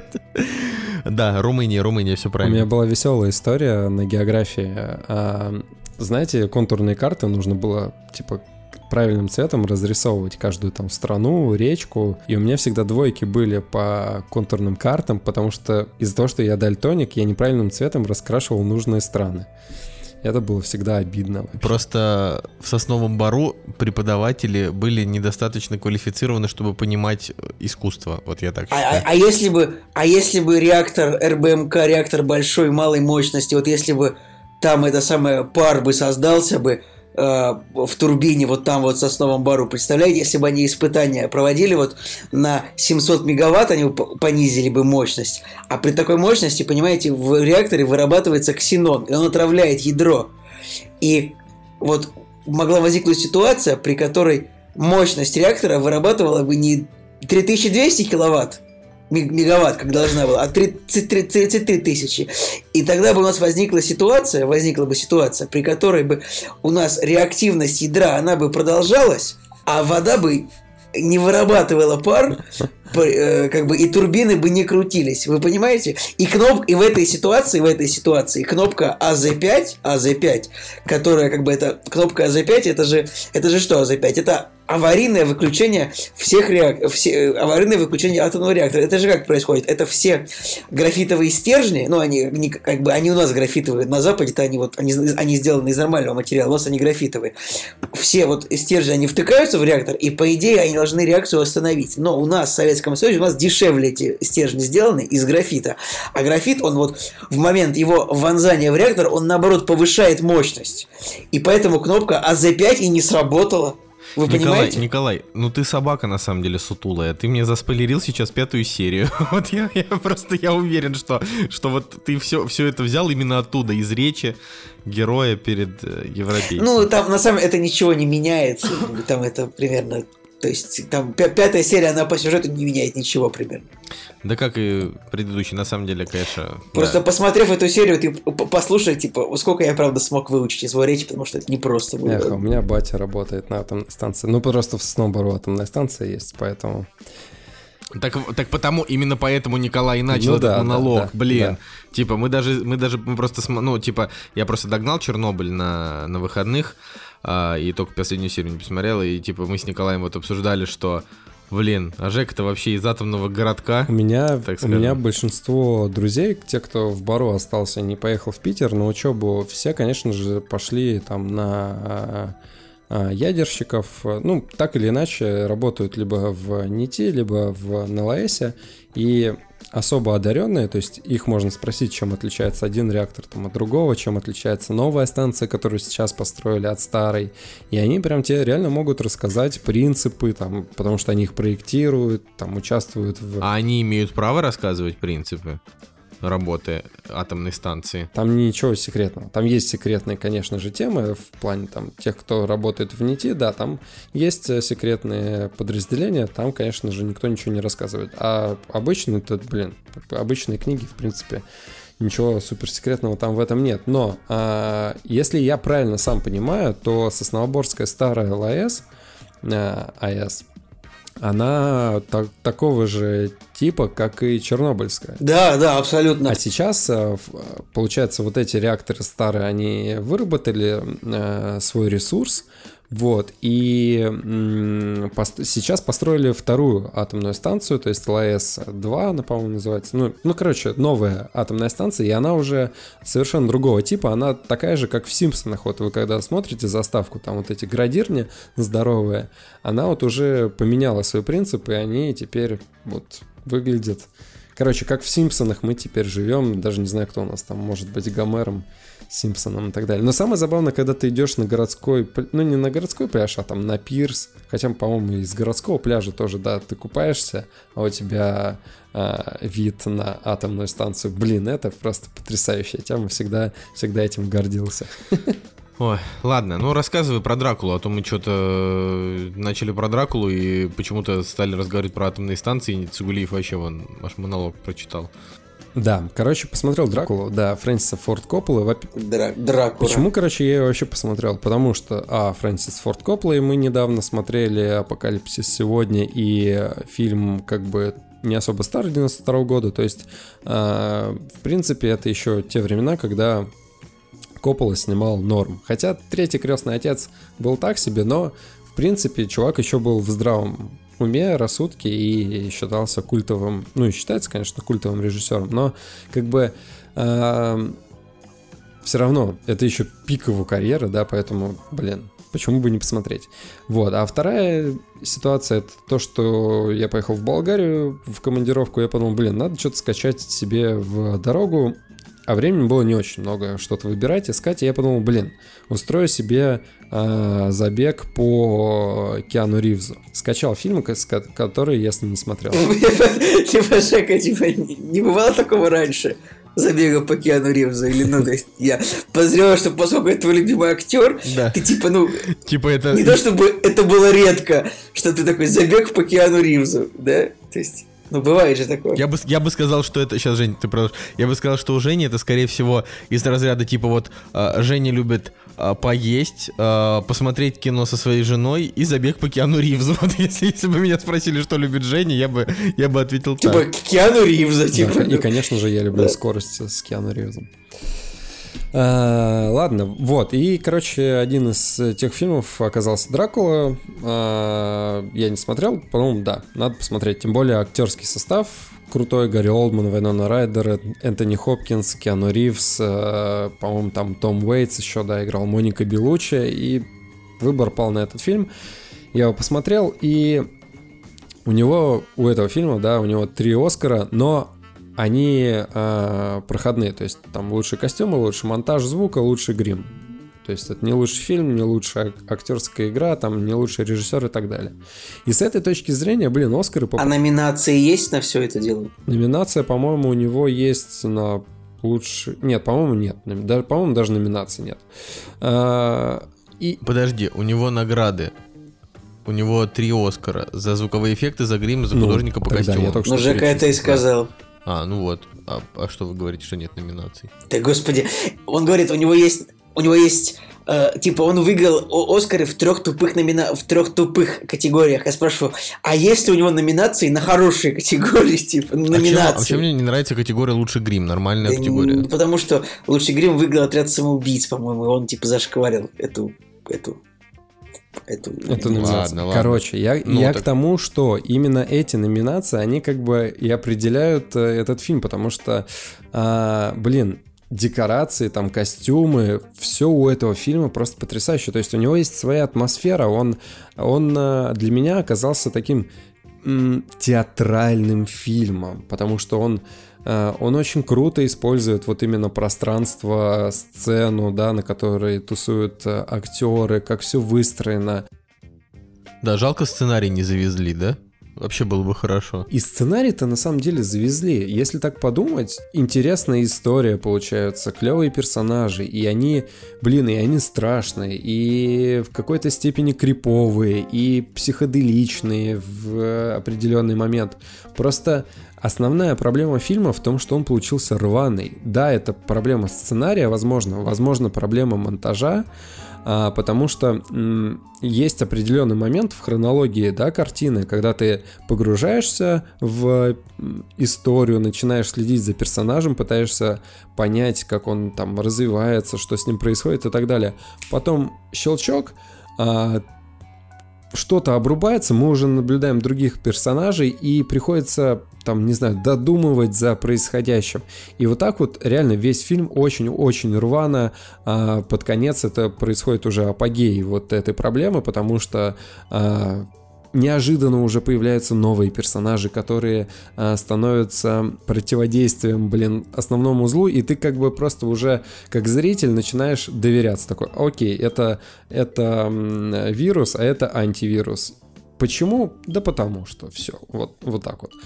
Да, Румыния, все правильно. У меня была веселая история на географии. Знаете, контурные карты нужно было, правильным цветом разрисовывать каждую там страну, речку. И у меня всегда двойки были по контурным картам, потому что из-за того, что я дальтоник, я неправильным цветом раскрашивал нужные страны. Это было всегда обидно. Вообще. Просто в Сосновом Бору преподаватели были недостаточно квалифицированы, чтобы понимать искусство. Вот я так считаю. А если бы реактор РБМК, реактор большой, малой мощности, вот если бы там пар бы создался бы, в турбине вот там вот в Сосновом Бору, представляете, если бы они испытания проводили вот на 700 мегаватт, они понизили бы мощность, а при такой мощности, понимаете, в реакторе вырабатывается ксенон, и он отравляет ядро, и вот могла возникнуть ситуация, при которой мощность реактора вырабатывала бы не 3200 киловатт, мегаватт, как должна была, а 33 тысячи. И тогда бы у нас возникла бы ситуация, при которой бы у нас реактивность ядра, она бы продолжалась, а вода бы не вырабатывала пар, и турбины бы не крутились. Вы понимаете? И в этой ситуации кнопка АЗ5, которая это кнопка АЗ5, это же что АЗ5? Это аварийное выключение аварийное выключение атомного реактора. Это же как происходит? Это все графитовые стержни, они у нас графитовые, на Западе-то они сделаны из нормального материала, у нас они графитовые. Все вот стержни, они втыкаются в реактор, и по идее они должны реакцию остановить. Но у нас в Советском Союзе, у нас дешевле эти стержни сделаны из графита. А графит, он вот в момент его вонзания в реактор, он наоборот повышает мощность. И поэтому кнопка АЗ5 и не сработала. Вы понимаете? Николай, ты собака на самом деле сутулая. Ты мне заспойлерил сейчас 5-ю серию. Вот я уверен, что вот ты все это взял именно оттуда, из речи героя перед европейцем. Там на самом деле это ничего не меняет. Там это примерно... То есть там 5-я серия, она по сюжету не меняет ничего примерно. Да как и предыдущий, на самом деле, конечно. Просто посмотрев эту серию, ты послушай, сколько я, правда, смог выучить из его речи, потому что это непросто было. У меня батя работает на атомной станции. Просто в Сосновом Бору атомная станция есть, поэтому... Так потому, именно поэтому Николай и начал этот монолог, блин. Да. Типа, мы просто, ну, типа, я просто догнал Чернобыль на выходных, и только последнюю серию не посмотрел, и, типа, мы с Николаем вот обсуждали, что, блин, а Жека-то вообще из атомного городка. У меня большинство друзей, те, кто в Бару остался, не поехал в Питер на учебу, все, конечно же, пошли там на ядерщиков, ну, так или иначе, работают либо в НИТИ, либо в НЛС, и особо одаренные, то есть их можно спросить, чем отличается один реактор там, от другого, чем отличается новая станция, которую сейчас построили от старой, и они прям тебе реально могут рассказать принципы, там, потому что они их проектируют, там, участвуют в... А они имеют право рассказывать принципы работы атомной станции? Там ничего секретного. Там есть секретные, конечно же, темы в плане там тех, кто работает в НИТИ, да, там есть секретные подразделения, там, конечно же, никто ничего не рассказывает. А обычные книги, в принципе, ничего суперсекретного там в этом нет. Но если я правильно сам понимаю, то Сосновоборская старая АЭС, она такого же типа, как и Чернобыльская. Да, абсолютно. А сейчас, получается, вот эти реакторы старые, они выработали свой ресурс, вот, и сейчас построили вторую атомную станцию, то есть ЛАЭС-2, она, по-моему, называется. Ну, короче, новая атомная станция, и она уже совершенно другого типа, она такая же, как в «Симпсонах». Вот вы когда смотрите заставку, там вот эти градирни здоровые, она вот уже поменяла свой принцип, и они теперь вот выглядят... Короче, как в «Симпсонах» мы теперь живем, даже не знаю, кто у нас там, может быть, Гомером, Симпсоном и так далее. Но самое забавное, когда ты идешь на городской, ну не на городской пляж, а там на пирс, хотя, по-моему, из городского пляжа тоже, да, ты купаешься, а у тебя вид на атомную станцию. Блин, это просто потрясающая тема, всегда этим гордился. Ой, ладно, ну рассказывай про Дракулу, а то мы что-то начали про Дракулу и почему-то стали разговаривать про атомные станции, и Цугулиев вообще вон ваш монолог прочитал. Да, короче, посмотрел Дракулу, да, Фрэнсиса Форд Копполы. Дракула. Почему, короче, я ее вообще посмотрел? Потому что, Фрэнсис Форд Коппола, и мы недавно смотрели «Апокалипсис сегодня», и фильм как бы не особо старый, 92 года, то есть, в принципе, это еще те времена, когда Коппола снимал норм. Хотя «Третий крестный отец» был так себе, но, в принципе, чувак еще был в здравом уме, рассудке и считался культовым, ну и считается, конечно, культовым режиссером, но как бы все равно это еще пик его карьеры, да, поэтому, блин, почему бы не посмотреть. Вот, а вторая ситуация — это то, что я поехал в Болгарию в командировку, я подумал, блин, надо что-то скачать себе в дорогу, а времени было не очень много что-то выбирать, искать, и я подумал, блин, устрою себе забег по Киану Ривзу. Скачал фильмы, которые я с ним не смотрел. Типа, Жека, не бывало такого раньше? Забега по Киану Ривзу, или, ну, то есть, я подозреваю, что поскольку это твой любимый актер, да. Ты типа, ну, типа это... не то чтобы это было редко, что ты такой забег по Киану Ривзу, да, то есть... Ну, бывает же такое. Я бы сказал, что это... Сейчас, Жень, ты продолжишь. Я бы сказал, что у Жени это, скорее всего, из разряда типа вот Женя любит поесть, посмотреть кино со своей женой и забег по Киану Ривзу. Вот если бы меня спросили, что любит Женя, я бы ответил типа так. Типа Киану Ривза, типа. Да, и, конечно же, я люблю скорость с Киану Ривзом. Ладно, вот, и, короче, один из тех фильмов оказался «Дракула», я не смотрел, по-моему, да, надо посмотреть, тем более актерский состав крутой, Гарри Олдман, Вайнона Райдер, Энтони Хопкинс, Киану Ривз, по-моему, там Том Уэйтс еще, да, играл, Моника Беллуччи, и выбор пал на этот фильм, я его посмотрел, и у этого фильма, да, у него 3 Оскара, но они проходные, то есть там лучшие костюмы, лучший монтаж звука, лучший грим. То есть это не лучший фильм, не лучшая актерская игра, там не лучший режиссер и так далее. И с этой точки зрения, блин, Оскары... А номинации есть на все это дело? Номинация, по-моему, у него есть на лучший... Нет, по-моему, нет. По-моему, даже номинации нет. Подожди, у него награды. У него 3 Оскара за звуковые эффекты, за грим, за художника по костюму. Ну, Жека это и сказал. Ну вот. А что вы говорите, что нет номинаций? Да, господи. Он говорит, у него есть типа, он выиграл Оскары в трех тупых категориях. Я спрашиваю, а есть ли у него номинации на хорошие категории, типа, номинации? А чем мне не нравится категория «Лучший грим», нормальная категория? Потому что «Лучший грим» выиграл «Отряд самоубийц», по-моему, и он, типа, зашкварил эту номинацию. Ладно. Короче, я к тому, что именно эти номинации, они как бы и определяют этот фильм, потому что, декорации, там, костюмы, все у этого фильма просто потрясающе. То есть у него есть своя атмосфера, он для меня оказался таким театральным фильмом, потому что он очень круто использует вот именно пространство, сцену, да, на которой тусуют актеры, как все выстроено. Да, жалко сценарий не завезли, да? Вообще было бы хорошо. И сценарий-то на самом деле завезли. Если так подумать, интересная история получается, клевые персонажи, и они страшные, и в какой-то степени криповые, и психоделичные в определенный момент. Просто основная проблема фильма в том, что он получился рваный. Да, это проблема сценария, возможно, проблема монтажа, потому что есть определенный момент в хронологии, да, картины, когда ты погружаешься в историю, начинаешь следить за персонажем, пытаешься понять, как он там развивается, что с ним происходит и так далее. Потом щелчок, что-то обрубается, мы уже наблюдаем других персонажей, и приходится, там, не знаю, додумывать за происходящим. И вот так вот реально весь фильм очень-очень рвано. Под конец это происходит уже апогей вот этой проблемы, потому что неожиданно уже появляются новые персонажи, которые становятся противодействием, основному злу, и ты как бы просто уже как зритель начинаешь доверяться. Такой, окей, это вирус, а это антивирус. Почему? Да потому что все, вот так вот.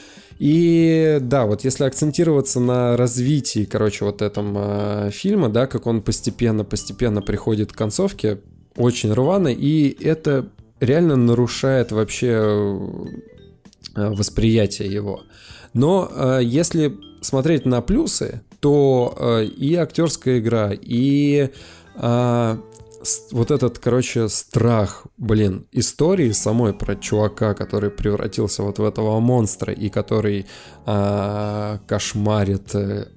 И да, вот если акцентироваться на развитии, вот этом фильма, да, как он постепенно приходит к концовке, очень рвано, и это реально нарушает вообще восприятие его. Но если смотреть на плюсы, то и актерская игра, и вот этот, страх, истории самой про чувака, который превратился вот в этого монстра и который кошмарит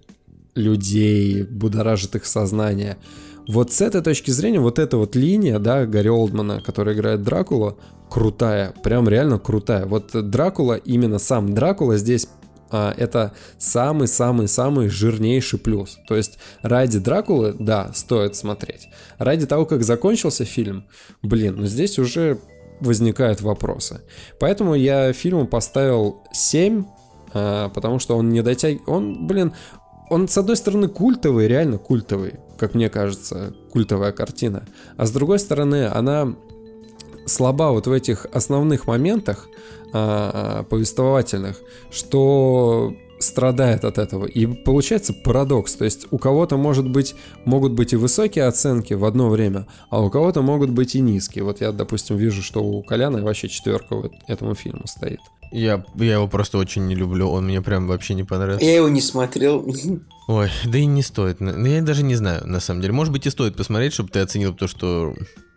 людей, будоражит их сознание. Вот с этой точки зрения, вот эта вот линия, да, Гарри Олдмана, который играет Дракулу, крутая, прям реально крутая. Вот Дракула, именно сам Дракула здесь это самый-самый-самый жирнейший плюс. То есть ради Дракулы, да, стоит смотреть. Ради того, как закончился фильм, здесь уже возникают вопросы. Поэтому я фильму поставил 7, потому что он не дотягивает. Он, с одной стороны, культовый, реально культовый, как мне кажется, культовая картина. А с другой стороны, она слаба вот в этих основных моментах повествовательных, что страдает от этого. И получается парадокс. То есть у кого-то могут быть и высокие оценки в одно время, а у кого-то могут быть и низкие. Вот я, допустим, вижу, что у Коляна вообще 4 вот этому фильму стоит. Я его просто очень не люблю, он мне прям вообще не понравился. Я его не смотрел. Ой, да и не стоит. Я даже не знаю, на самом деле. Может быть, и стоит посмотреть, чтобы ты оценил то, что...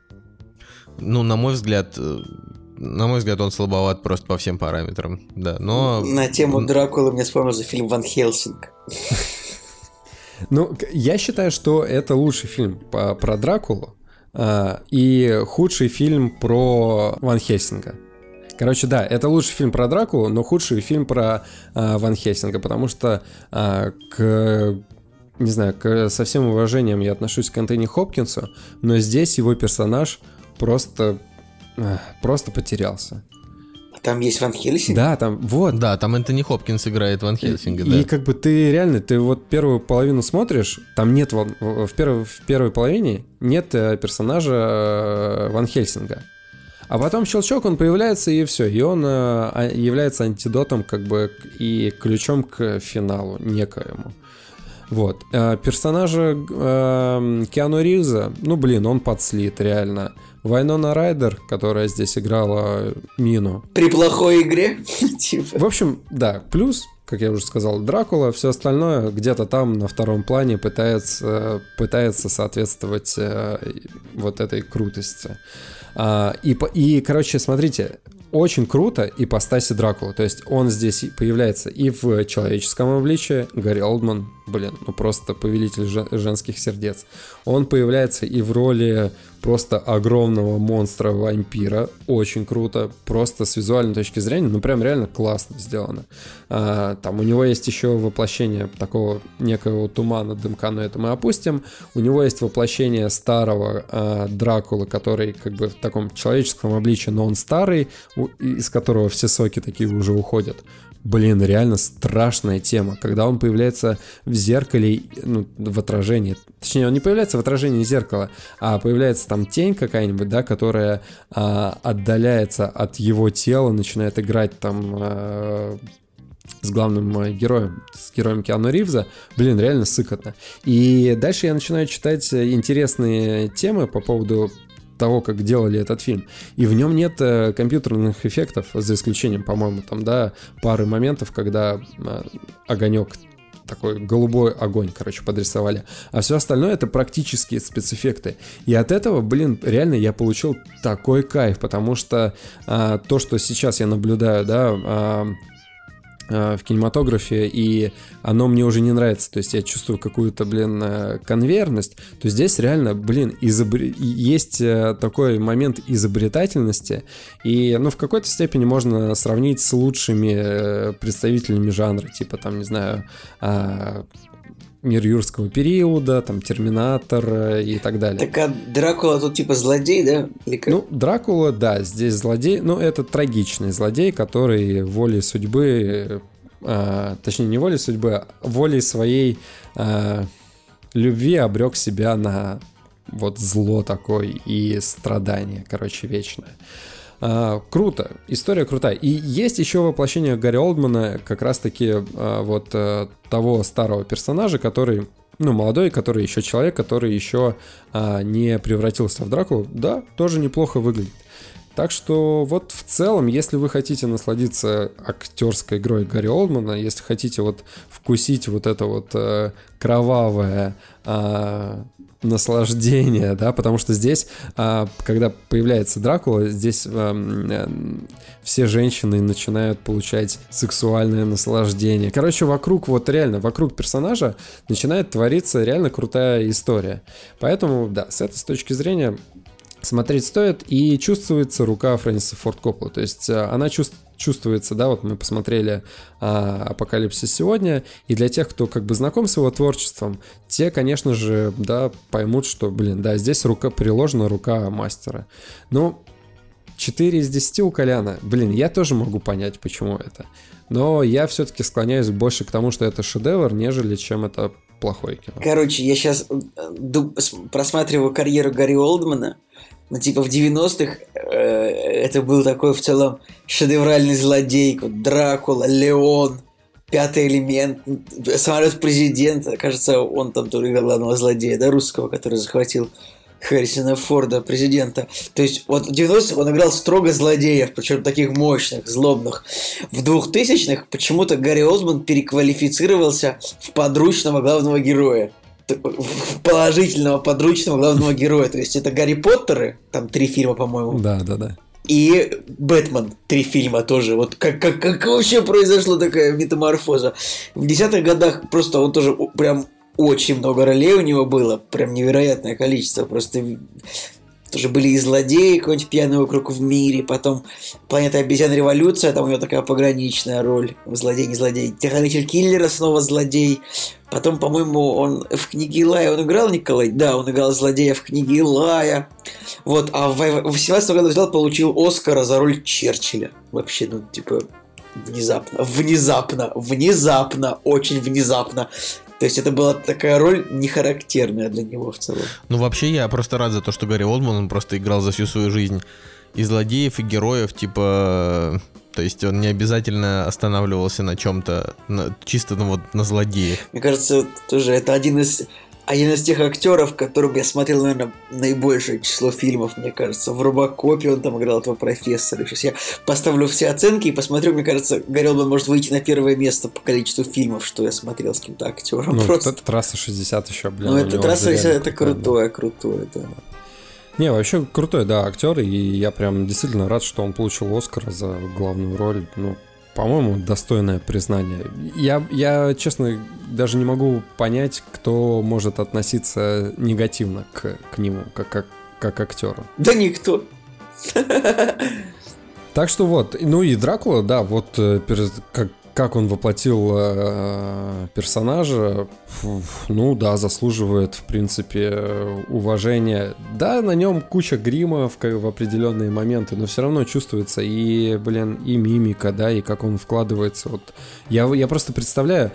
на мой взгляд, он слабоват просто по всем параметрам. Да, но... На тему Дракулы мне вспомнился фильм «Ван Хельсинг». Я считаю, что это лучший фильм про Дракулу и худший фильм про Ван Хельсинга. Да, это лучший фильм про Дракулу, но худший фильм про Ван Хельсинга, потому что со всем уважением я отношусь к Энтони Хопкинсу, но здесь его персонаж просто потерялся. Там есть Ван Хельсинг? Да, там Энтони Хопкинс играет Ван Хельсинга, да. И ты вот первую половину смотришь, там нет в первой половине нет персонажа Ван Хельсинга. А потом щелчок, он появляется, и все. И он является антидотом, и ключом к финалу некоему. Вот. Персонажа Киану Ривза, он подслит, реально. Вайнона Райдер, которая здесь играла Мину. При плохой игре? В общем, да, плюс как я уже сказал, Дракула, все остальное где-то там на втором плане пытается соответствовать вот этой крутости. Короче, смотрите, очень круто ипостаси Дракулы. То есть он здесь появляется и в человеческом обличии. Гарри Олдман, просто повелитель женских сердец. Он появляется и в роли просто огромного монстра-вампира. Очень круто. Просто с визуальной точки зрения, прям реально классно сделано. Там у него есть еще воплощение такого некого тумана, дымка, но это мы опустим. У него есть воплощение старого Дракулы, который как бы в таком человеческом обличии, но он старый, из которого все соки такие уже уходят. Реально страшная тема. Когда он появляется в зеркале, в отражении. Точнее, он не появляется в отражении зеркала, а появляется там тень какая-нибудь, да, которая отдаляется от его тела, начинает играть там с главным героем, с героем Киану Ривза. Реально сыкотно. И дальше я начинаю читать интересные темы по поводу того, как делали этот фильм. И в нем нет компьютерных эффектов, за исключением, по-моему, там, да, пары моментов, когда огонек, такой голубой огонь, подрисовали. А все остальное — это практические спецэффекты. И от этого, реально я получил такой кайф, потому что то, что сейчас я наблюдаю, да, в кинематографе, и оно мне уже не нравится, то есть я чувствую какую-то, конвейерность, то здесь реально, есть такой момент изобретательности, и, в какой-то степени можно сравнить с лучшими представителями жанра, типа, там, не знаю, Мир юрского периода, там, Терминатор и так далее. Так, а Дракула тут типа злодей, да? Или как? Дракула, да, здесь злодей, это трагичный злодей, который волей судьбы, точнее, не волей судьбы, а волей своей любви обрек себя на зло такое и страдание, вечное. Круто, история крутая. И есть еще воплощение Гарри Олдмана, как раз-таки того старого персонажа, который, молодой, который еще человек, который еще не превратился в Дракулу. Да, тоже неплохо выглядит. Так что в целом, если вы хотите насладиться актерской игрой Гарри Олдмана, если хотите вкусить это кровавое наслаждение, да, потому что здесь, когда появляется Дракула, здесь все женщины начинают получать сексуальное наслаждение. Вокруг персонажа начинает твориться реально крутая история. Поэтому, да, с этой точки зрения смотреть стоит, и чувствуется рука Фрэнсиса Форд Копполы. То есть она чувствуется, да, мы посмотрели «Апокалипсис сегодня», и для тех, кто знаком с его творчеством, те, конечно же, да, поймут, что, здесь приложена рука мастера. 4 из 10 у Коляна. Я тоже могу понять, почему это. Но я все-таки склоняюсь больше к тому, что это шедевр, нежели чем это плохое кино. Я сейчас просматриваю карьеру Гарри Олдмана. В 90-х это был такой в целом шедевральный злодей, Дракула, Леон, Пятый элемент, Самолет президента. Кажется, он там тоже играл главного злодея, да, русского, который захватил Харрисона Форда, президента. То есть в 90-х он играл строго злодеев, причем таких мощных, злобных. В 2000-х почему-то Гарри Олдман переквалифицировался в подручного главного героя. В положительного подручного главного героя. То есть это Гарри Поттеры, там 3 фильма, по-моему. Да. И Бэтмен, 3 фильма тоже. Как вообще произошла такая метаморфоза? В 10-х годах просто он тоже прям очень много ролей у него было. Прям невероятное количество. Просто тоже были и злодеи, какой-нибудь «Пьяный округ в мире», потом «Планета обезьян. Революция», там у него такая пограничная роль, злодей, не злодей, «Телохранитель киллера», снова злодей, потом, по-моему, он в «Книге Илая» он играл, Николай? Да, он играл злодея в «Книге Илая», а в 18 году взял, получил Оскара за роль Черчилля, вообще, внезапно, очень внезапно. То есть это была такая роль нехарактерная для него в целом. Вообще я просто рад за то, что Гарри Олдман, он просто играл за всю свою жизнь и злодеев, и героев, то есть он не обязательно останавливался на чем-то, чисто на злодеях. Мне кажется, тоже это один из один из тех актеров, которым я смотрел, наверное, наибольшее число фильмов, мне кажется. В «Робокопе» он там играл этого профессора. Сейчас я поставлю все оценки и посмотрю, мне кажется, Гарри Олдман может выйти на первое место по количеству фильмов, что я смотрел с каким-то актером. Ну, просто. «Трасса 60» еще, блин. Ну, это «Трасса 60» это крутое, да. Не, вообще крутой, да, актер, и я прям действительно рад, что он получил «Оскар» за главную роль. Ну, по-моему, достойное признание. Я, честно, даже не могу понять, кто может относиться негативно к нему, как актеру. Да никто. Так что вот, ну и Дракула, да, вот как он воплотил персонажа, ну да, заслуживает, в принципе, уважения. Да, на нем куча грима в определенные моменты, но все равно чувствуется и, блин, и мимика, да, и как он вкладывается. Вот я просто представляю,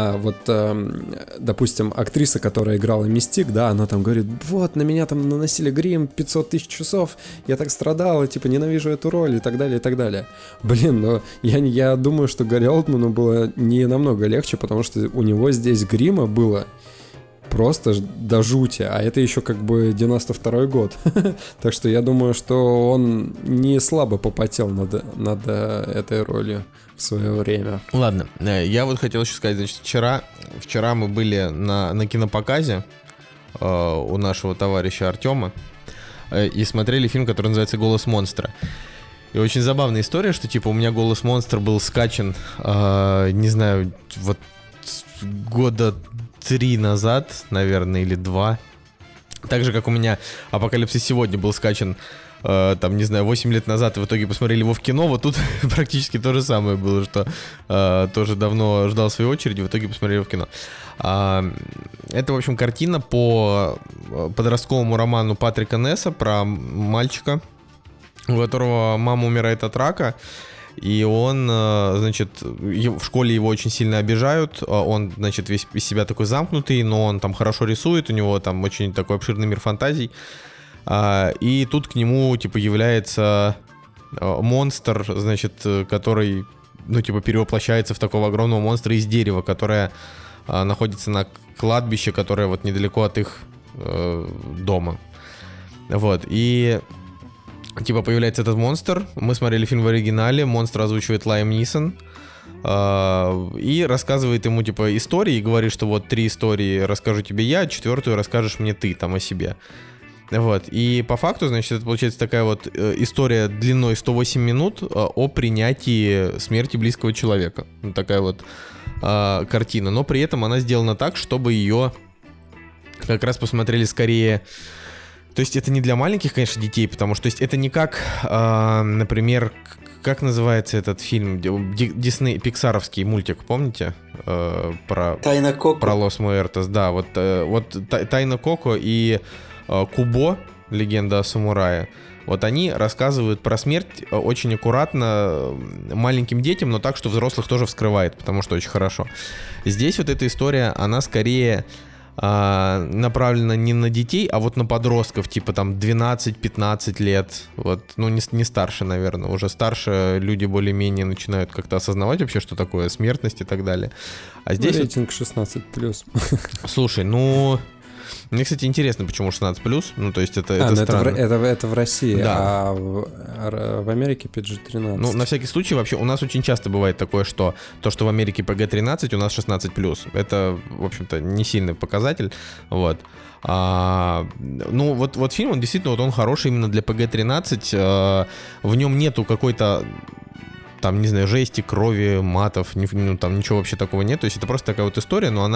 допустим, актриса, которая играла Мистик, да, она там говорит, вот, на меня там наносили грим 500 тысяч часов, я так страдала, типа, ненавижу эту роль и так далее, и так далее. Блин, но я думаю, что Гарри Олдману было не намного легче, потому что у него здесь грима было просто до жути, а это еще как бы 92-й год. Так что я думаю, что он не слабо попотел над этой ролью в свое время. Ладно, я вот хотел еще сказать, значит, вчера мы были на кинопоказе у нашего товарища Артема и смотрели фильм, который называется «Голос монстра». И очень забавная история, что типа у меня «Голос монстра» был скачан, не знаю, вот года 3 назад, наверное, или 2. Так же, как у меня «Апокалипсис сегодня» был скачан, там, не знаю, 8 лет назад, и в итоге посмотрели его в кино. Вот тут практически то же самое было, что тоже давно ждал своей очереди, в итоге посмотрели его в кино. Это, в общем, картина по подростковому роману Патрика Несса про мальчика, у которого мама умирает от рака, и он, значит, в школе его очень сильно обижают, он, значит, весь из себя такой замкнутый, но он там хорошо рисует, у него там очень такой обширный мир фантазий, и тут к нему, типа, является монстр, значит, который, ну, типа, перевоплощается в такого огромного монстра из дерева, которое находится на кладбище, которое вот недалеко от их дома, вот, и... Типа появляется этот монстр. Мы смотрели фильм в оригинале. Монстр озвучивает Лайам Нисон. И рассказывает ему типа истории. И говорит, что вот 3 истории расскажу тебе я, 4-ю расскажешь мне ты там о себе. Вот. И по факту, значит, это получается такая вот история длиной 108 минут о принятии смерти близкого человека. Вот такая вот картина. Но при этом она сделана так, чтобы ее как раз посмотрели скорее... То есть это не для маленьких, конечно, детей, потому что то есть это не как, например, как называется этот фильм, Дисней, пиксаровский мультик, помните? «Тайна Коко». Про Лос Муэртос, да, вот «Тайна Коко» и «Кубо», «Легенда о самурае», вот они рассказывают про смерть очень аккуратно маленьким детям, но так, что взрослых тоже вскрывает, потому что очень хорошо. Здесь вот эта история, она скорее... направлена не на детей, а вот на подростков, типа там 12-15 лет, вот, ну не старше, наверное, уже старше люди более-менее начинают как-то осознавать вообще, что такое смертность и так далее. А здесь... Рейтинг 16+. Слушай, ну... Мне, кстати, интересно, почему 16+, ну, то есть это странно. Это в России, да. А в Америке PG-13. Ну, на всякий случай, вообще, у нас очень часто бывает такое, что то, что в Америке PG-13, у нас 16+. Это, в общем-то, не сильный показатель, вот. Ну, вот фильм, он действительно, вот он хороший именно для PG-13, в нем нету какой-то... Там, не знаю, жести, крови, матов, ну, там ничего вообще такого нет. То есть это просто такая вот история, но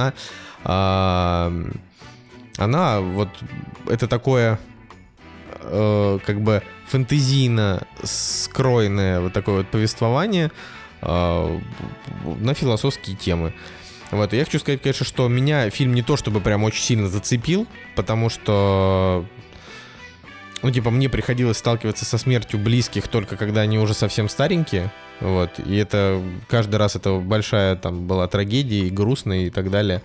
она вот, это такое, как бы фэнтезийно скроенное вот такое вот повествование на философские темы. Вот, и я хочу сказать, конечно, что меня фильм не то чтобы прям очень сильно зацепил, потому что... Ну, типа, мне приходилось сталкиваться со смертью близких только когда они уже совсем старенькие, вот, и это каждый раз это большая там была трагедия и грустная и так далее,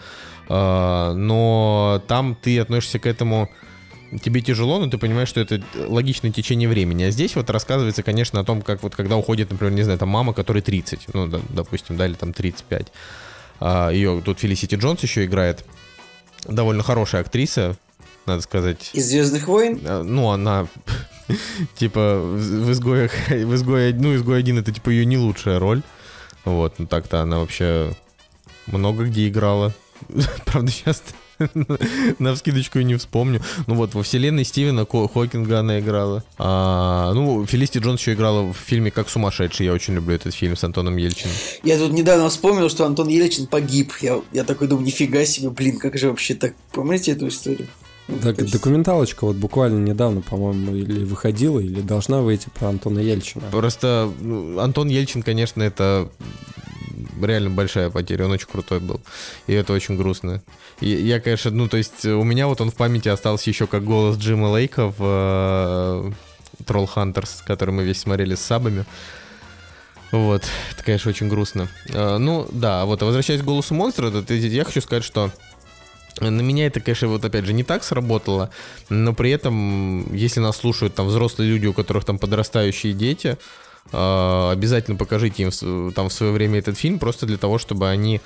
но там ты относишься к этому, тебе тяжело, но ты понимаешь, что это логичное течение времени, а здесь вот рассказывается, конечно, о том, как вот когда уходит, например, не знаю, там мама, которой 30, ну, допустим, да, или там 35, ее тут Фелисити Джонс еще играет. довольно хорошая актриса, надо сказать. Из «Звездных войн»? Ну, она типа в «Изгое 1» это типа ее не лучшая роль. Вот, ну так-то она вообще много где играла. Правда, сейчас навскидочку и не вспомню. Ну вот, во вселенной Стивена Хокинга она играла. Фелисити Джонс еще играла в фильме «Как сумасшедший». Я очень люблю этот фильм с Антоном Ельчиным. Я тут недавно вспомнил, что Антон Ельчин погиб. Я такой думаю, нифига себе, блин, как же вообще так? Помните эту историю? Так, документалочка вот буквально недавно, по-моему, или выходила, или должна выйти про Антона Ельчина. Просто Антон Ельчин, конечно, это реально большая потеря. Он очень крутой был. И это очень грустно. Я, конечно, то есть у меня вот он в памяти остался еще как голос Джима Лейка в Troll Hunters, который мы весь смотрели с сабами. Вот. Это, конечно, очень грустно. Возвращаясь к «Голосу монстра», я хочу сказать, что на меня это, конечно, вот опять же не так сработало, но при этом, если нас слушают там взрослые люди, у которых там подрастающие дети, обязательно покажите им там в свое время этот фильм, просто для того, чтобы они,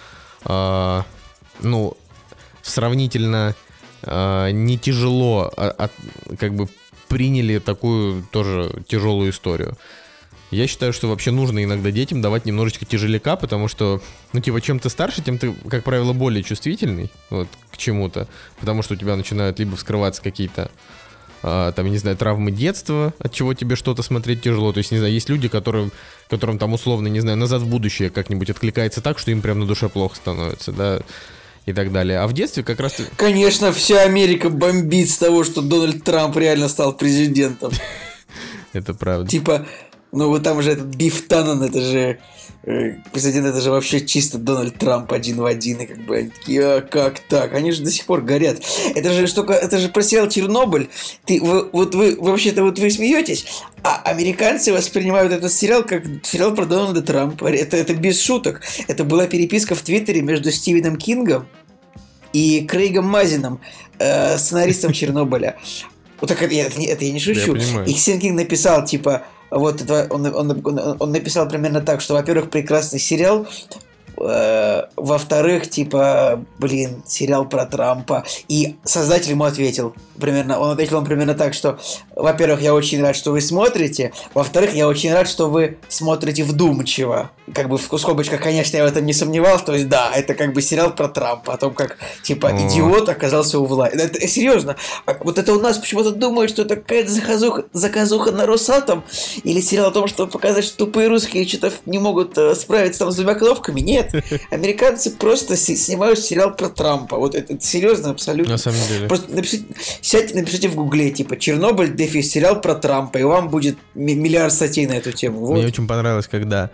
сравнительно не тяжело, как бы приняли такую тоже тяжелую историю. Я считаю, что вообще нужно иногда детям давать немножечко тяжеляка, потому что, чем ты старше, тем ты, как правило, более чувствительный вот, к чему-то, потому что у тебя начинают либо вскрываться какие-то, травмы детства, от чего тебе что-то смотреть тяжело. То есть, есть люди, которым там условно, «Назад в будущее» как-нибудь откликается так, что им прям на душе плохо становится, да, и так далее. А в детстве как раз... Конечно, вся Америка бомбит с того, что Дональд Трамп реально стал президентом. Это правда. Там же этот Биф Таннен, это же президент, это же вообще чисто Дональд Трамп один в один, и как бы они такие, как так? Они же до сих пор горят. Это же про сериал «Чернобыль». Вы смеетесь, а американцы воспринимают этот сериал как сериал про Дональда Трампа. Это без шуток. Это была переписка в Твиттере между Стивеном Кингом и Крейгом Мазином, сценаристом «Чернобыля». Вот так это я не шучу. И Стивен Кинг написал, он написал примерно так, что, во-первых, прекрасный сериал, во-вторых, сериал про Трампа. И создатель ему ответил примерно так, что, во-первых, я очень рад, что вы смотрите, во-вторых, я очень рад, что вы смотрите вдумчиво. Как бы в скобочках, конечно, я в этом не сомневался, то есть, да, это как бы сериал про Трампа, о том, как, идиот оказался у власти. Это серьезно. Вот это у нас почему-то думают, что это какая-то заказуха на Росатом, или сериал о том, чтобы показать, что тупые русские что-то не могут справиться там с двумя кнопками. Нет. Американцы просто снимают сериал про Трампа. Вот это серьезно, абсолютно. На самом деле. Просто напишите в гугле, «Чернобыль, сериал про Трампа», и вам будет миллиард статей на эту тему. Вот. Мне очень понравилось, когда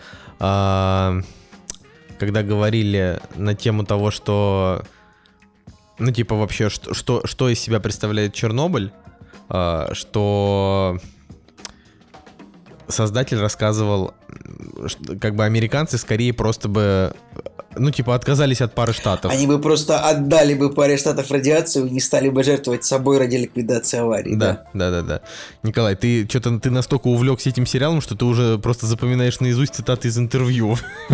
говорили на тему того, что вообще, что из себя представляет Чернобыль, что создатель рассказывал, как бы американцы скорее просто бы, отказались от пары штатов. Они бы просто отдали бы паре штатов радиацию и не стали бы жертвовать собой ради ликвидации аварии. Да. Николай, ты настолько увлекся этим сериалом, что ты уже просто запоминаешь наизусть цитаты из интервью.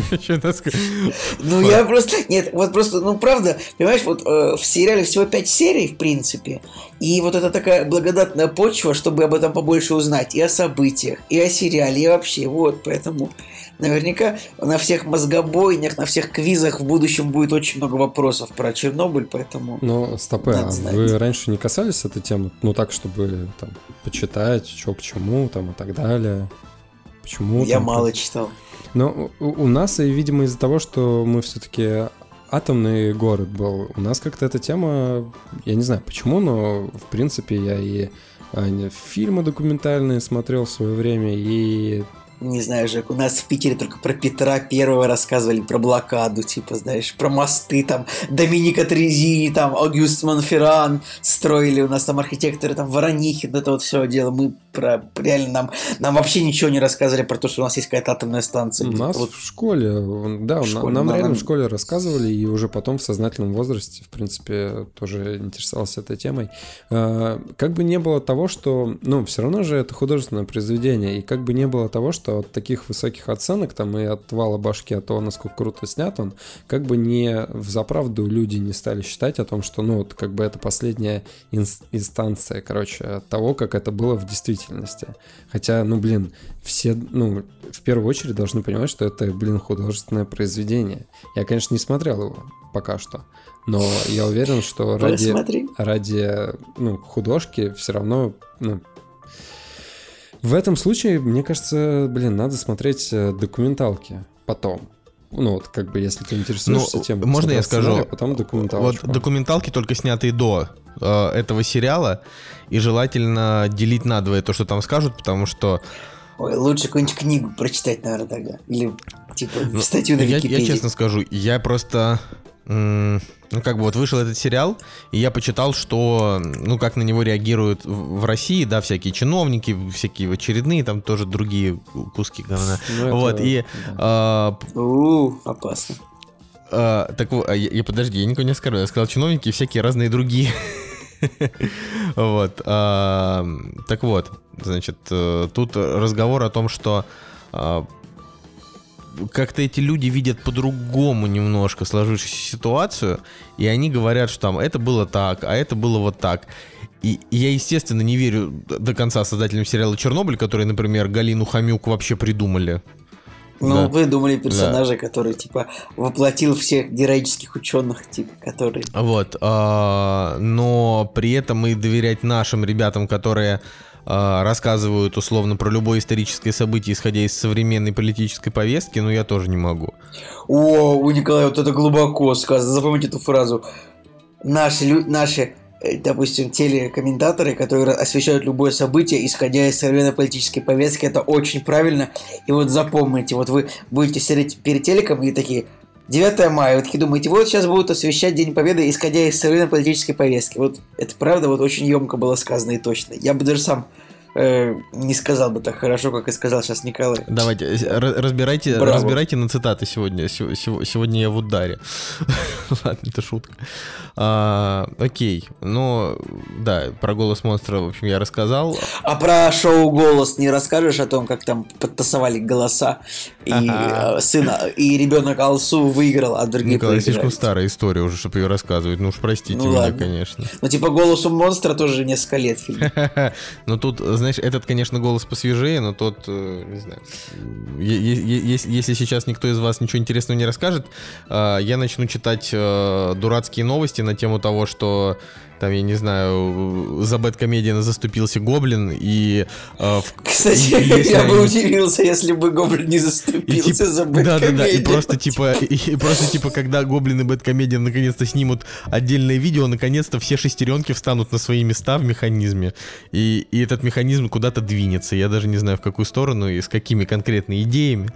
Правда, понимаешь, в сериале всего 5 серий, в принципе, и вот это такая благодатная почва, чтобы об этом побольше узнать, и о событиях, и о сериале, и вообще, поэтому наверняка на всех мозгобойнях, на всех квизах в будущем будет очень много вопросов про Чернобыль, поэтому... Вы раньше не касались этой темы? Так, чтобы там почитать, что к чему, там, и так далее? Почему? Я мало читал. Но у нас, видимо, из-за того, что мы все-таки атомный город был, у нас как-то эта тема, я не знаю почему, но в принципе я и фильмы документальные смотрел в свое время, и... Не знаю, Жек, у нас в Питере только про Петра Первого рассказывали, про блокаду, про мосты, там, Доминика Трезини, там, Огюст Монферран строили, у нас там архитекторы, там, Воронихин, это вот все дело, мы Реально, нам вообще ничего не рассказывали про то, что у нас есть какая-то атомная станция. У нас в школе, да, нам реально в школе рассказывали, и уже потом в сознательном возрасте, в принципе, тоже интересовался этой темой. Как бы не было того, что, все равно же это художественное произведение, и как бы не было того, что от таких высоких оценок, там, и от вала башки, от того, насколько круто снят он, как бы не взаправду люди не стали считать о том, что, как бы это последняя инстанция, короче, того, как это было в действительности. Хотя, все, в первую очередь должны понимать, что это, художественное произведение. Я, конечно, не смотрел его пока что, но я уверен, что ради художки все равно, в этом случае, мне кажется, надо смотреть документалки потом. Если ты интересуешься темой. Можно я скажу? А потом документалочку. Вот документалки, только снятые до этого сериала, и желательно делить надвое то, что там скажут, потому что... Ой, лучше какую-нибудь книгу прочитать, наверное, тогда. Или, статью на Википедии. Я честно скажу, я просто... вышел этот сериал, и я почитал, что, как на него реагируют в России, да, всякие чиновники, всякие очередные, там тоже другие куски говна. Опасно. Так вот, подожди, я никого не оскорбил, я сказал чиновники и всякие разные другие. Вот. Так вот, значит, тут разговор о том, что как-то эти люди видят по-другому немножко сложившуюся ситуацию, и они говорят, что там это было так, а это было вот так. И я, естественно, не верю до конца создателям сериала «Чернобыль», которые, например, Галину Хомюк вообще придумали. Да. Выдумали персонажа, который, воплотил всех героических ученых, которые... Вот. Но при этом и доверять нашим ребятам, которые рассказывают условно про любое историческое событие, исходя из современной политической повестки, я тоже не могу. У Николая вот это глубоко сказано. Запомните эту фразу. Наши, допустим, телекомментаторы, которые освещают любое событие, исходя из современной политической повестки, это очень правильно. И вот запомните, вот вы будете сидеть перед телеком и такие... 9 мая, вы такие думаете, вот сейчас будут освещать День Победы, исходя из современной политической повестки. Вот это правда, очень емко было сказано и точно. Я бы даже сам не сказал бы так хорошо, как и сказал сейчас Николай. Давайте, разбирайте на цитаты сегодня. Сегодня я в ударе. Ладно, это шутка. Окей, да, про «Голос монстра», в общем, я рассказал. А про шоу «Голос» не расскажешь о том, как там подтасовали голоса, и сына, и ребенок Алсу выиграл, а другие Николай, проиграли? слишком старая история уже, чтобы ее рассказывать. Уж простите меня, ладно. Конечно. «Голосу монстра» тоже несколько лет фильм. Тут, знаешь, этот, конечно, голос посвежее, но тот, не знаю, если сейчас никто из вас ничего интересного не расскажет, я начну читать дурацкие новости на тему того, что там, я не знаю, за Бэдкомедиана заступился Гоблин, и... Кстати, я бы удивился, если бы Гоблин не заступился за Бэдкомедиана. Да, и просто, когда Гоблин и Бэдкомедиан наконец-то снимут отдельное видео, наконец-то все шестеренки встанут на свои места в механизме, и этот механизм куда-то двинется. Я даже не знаю, в какую сторону и с какими конкретными идеями.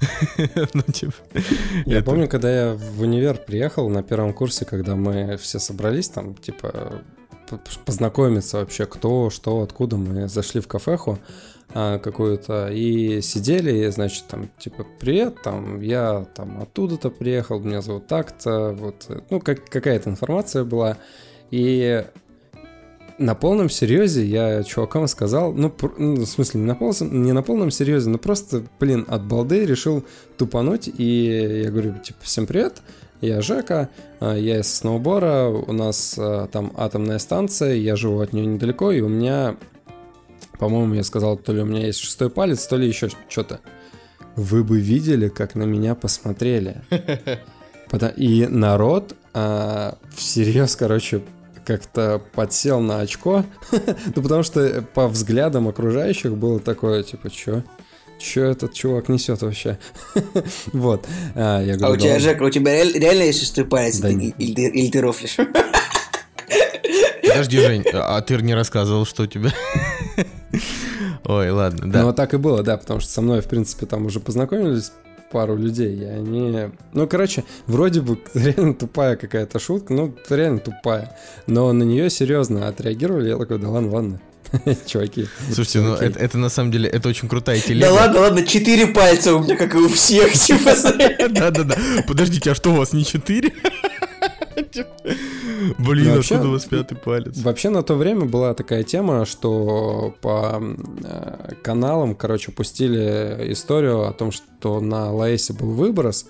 Я помню, когда я в универ приехал на первом курсе, когда мы все собрались там, познакомиться вообще, кто, что, откуда. Мы зашли в кафеху какую-то и сидели, и, значит, там, привет, там, я там оттуда-то приехал, меня зовут так-то, вот, какая-то информация была. И на полном серьезе я чувакам сказал, в смысле, не на полном серьезе, но просто, от балды решил тупануть, и я говорю, всем привет, я Жека, я из Сосновобора, у нас там атомная станция, я живу от нее недалеко, и у меня, по-моему, я сказал, то ли у меня есть 6-й палец, то ли еще что-то. Вы бы видели, как на меня посмотрели. И народ всерьез, как-то подсел на очко, потому что по взглядам окружающих было такое, Чё этот чувак несет вообще? Вот. Я говорю, у тебя, Жека, у тебя реально есть 6-й палец? Да. Или ты рофлишь? Подожди, Жень, а ты не рассказывал, что у тебя? Ой, ладно, да. Ну, так и было, да, потому что со мной, в принципе, там уже познакомились пару людей, и они... вроде бы реально тупая какая-то шутка, реально тупая, но на нее серьезно отреагировали, я такой, да ладно. Чуваки. Слушайте, ну это на самом деле, это очень крутая телега. Да ладно, 4 пальца у меня, как и у всех, типа. Да-да-да. Подождите, а что у вас не 4? Блин, вообще, откуда у вас 5-й палец? Вообще на то время была такая тема, что по каналам, короче, пустили историю о том, что на Лаэсе был выброс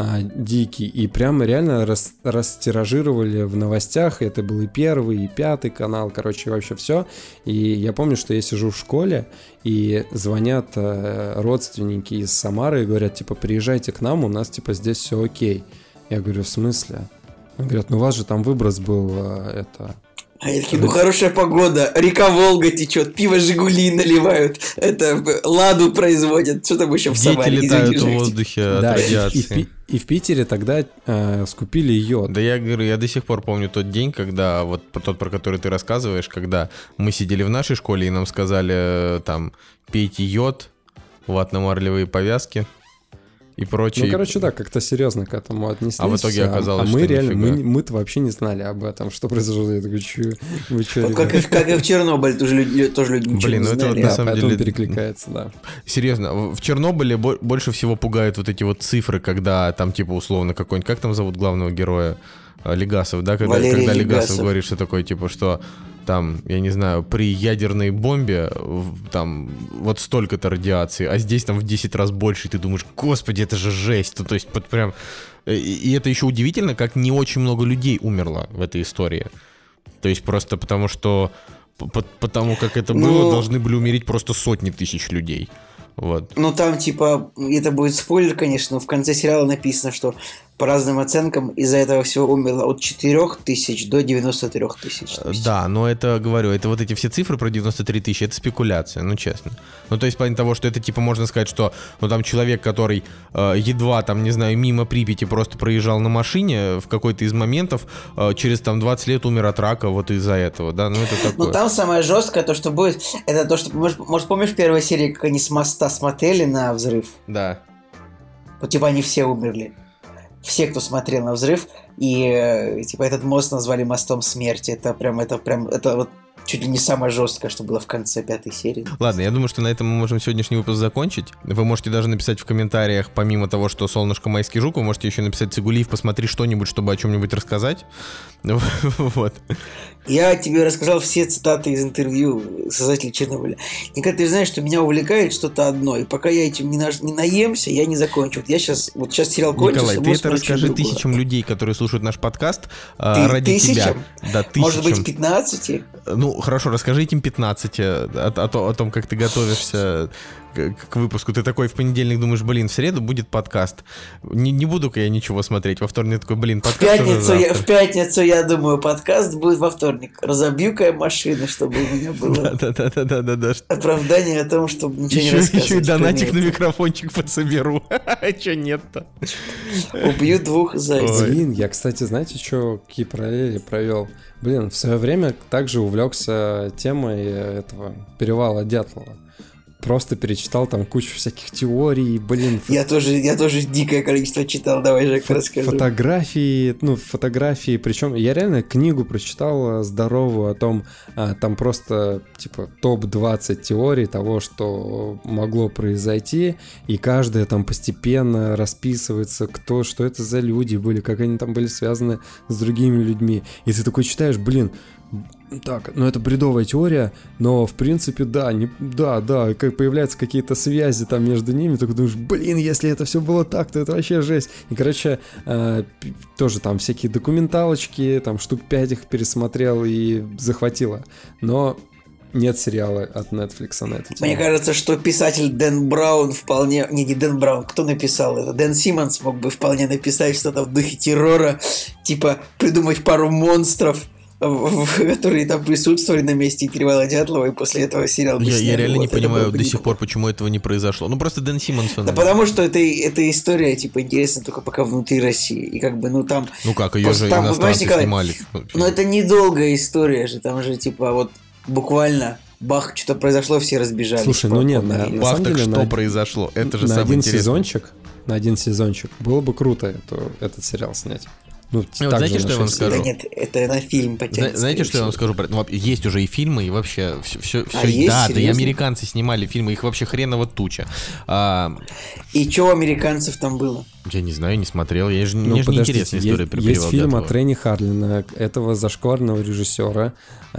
дикий, и прямо реально растиражировали в новостях, это был и 1-й, и 5-й канал, короче, вообще все. И я помню, что я сижу в школе, и звонят родственники из Самары и говорят, типа, приезжайте к нам, у нас, типа, здесь все окей. Я говорю, в смысле? Они говорят, ну у вас же там выброс был, это... А я такие, ну хорошая погода, река Волга течет, пиво Жигули наливают, это Ладу производят, что там еще в Самаре? Дети летают в воздухе от радиации. И в Питере тогда скупили йод. Да я говорю, я до сих пор помню тот день, когда, вот тот, про который ты рассказываешь, когда мы сидели в нашей школе и нам сказали, там, пейте йод, ватно-марлевые повязки. И прочее. Ну, короче, да, как-то серьезно к этому отнеслись. А в итоге оказалось, мы что реально, нифига. мы-то вообще не знали об этом, что произошло. Я такой, вы чё, Как и в Чернобыле, тоже люди ничего Блин, не ну это вот знали. на да, самом поэтому деле... перекликается, да. Серьезно, в Чернобыле больше всего пугают вот эти вот цифры, когда там типа условно какой-нибудь... Как там зовут главного героя? Легасов, да? Когда Валерий Легасов Легасов говорит, что такое, типа, что... Там, я не знаю, при ядерной бомбе там вот столько-то радиации, а здесь там в 10 раз больше, и ты думаешь, господи, это же жесть. То есть вот прям... И это еще удивительно, как не очень много людей умерло в этой истории. То есть просто потому что... Потому как это было, должны были умереть просто сотни тысяч людей. Вот. Ну там типа, это будет спойлер, конечно, но в конце сериала написано, что по разным оценкам из-за этого всего умерло от 4000 до 93 тысяч. Да, но это, говорю, это вот эти все цифры про 93 тысячи, это спекуляция, ну честно. Ну то есть в плане того, что это типа можно сказать, что ну там человек, который едва там, не знаю, мимо Припяти просто проезжал на машине в какой-то из моментов, через там 20 лет умер от рака вот из-за этого, да, ну это такое. Ну там самое жесткое, то что будет, это то, что, может помнишь в первой серии, как они с моста смотрели на взрыв? Да. Вот типа они все умерли. Все, кто смотрел на взрыв, и типа этот мост назвали мостом смерти. Это вот чуть ли не самое жесткое, что было в конце 5-й серии. Ладно, я думаю, что на этом мы можем сегодняшний выпуск закончить. Вы можете даже написать в комментариях, помимо того, что «Солнышко, майский жук», вы можете еще написать «Цигулиев, посмотри что-нибудь, чтобы о чем-нибудь рассказать». Вот. Я тебе рассказал все цитаты из интервью создателей Чернобыля. Никогда ты знаешь, что меня увлекает что-то одно, и пока я этим не наемся, я не закончу. Сейчас сериал кончится. Николай, ты это расскажи тысячам людей, которые слушают наш подкаст, ради тысячам? тебя. Да, тысячам. Может быть, 15? Ну, хорошо, расскажи этим 15 о том, как ты готовишься к выпуску. Ты такой в понедельник думаешь, блин, в среду будет подкаст. Не буду-ка я ничего смотреть. Во вторник такой, блин, подкаст уже завтра. В пятницу, я думаю, подкаст будет во вторник. Разобью-ка я машины, чтобы у меня было Да. оправдание о том, чтобы ничего не рассказывать. Еще и донатик на микрофончик подсоберу. Че нет-то? Убью 2 зайцев. Блин, я, кстати, знаете, что, какие параллели провел? Блин, в свое время также увлекся темой этого перевала Дятлова. Просто перечитал там кучу всяких теорий, блин. Я тоже дикое количество читал, давай, Жек, расскажи. Фотографии, причем я реально книгу прочитал здоровую о том, там просто типа топ-20 теорий того, что могло произойти, и каждая там постепенно расписывается, что это за люди были, как они там были связаны с другими людьми. И ты такой читаешь, блин, так, ну это бредовая теория, но в принципе да, как появляются какие-то связи там между ними, ты думаешь, блин, если это все было так, то это вообще жесть. И, короче, тоже там всякие документалочки, там штук 5 их пересмотрел и захватило. Но нет сериала от Netflix на эту тему. Мне кажется, что писатель Дэн Браун вполне... Не Дэн Браун, кто написал это? Дэн Симмонс мог бы вполне написать что-то в духе террора, типа придумать пару монстров, которые там присутствовали на месте перевала Дятлова, и после этого сериал бы сняли. Я реально не понимаю до сих неплохо. пор, почему этого не произошло. Ну просто Дэн Симмонс... Да потому что эта история, типа, интересна только пока внутри России. И как бы, ну там... Ну как, ее же там, иностранцы Николай, снимали. Но это недолгая история же, там же, типа, вот буквально... Бах, что-то произошло, все разбежались. Слушай, ну нет, на Бах, самом так деле, что произошло? Это же на самое интересное. На один сезончик было бы круто этот сериал снять. Ну, знаете, что я вам скажу? Да нет, это на фильм потянет. Знаете, что я вам скажу? Ну, есть уже и фильмы, и вообще все. Есть? Да, Серьезно? да, и американцы снимали фильмы, их вообще хреново туча. И что у американцев там было? Я не знаю, не смотрел. Мне же подождите, неинтересная история про есть перевал фильм Дятлова. от Ренни Харлина, этого зашкварного режиссера,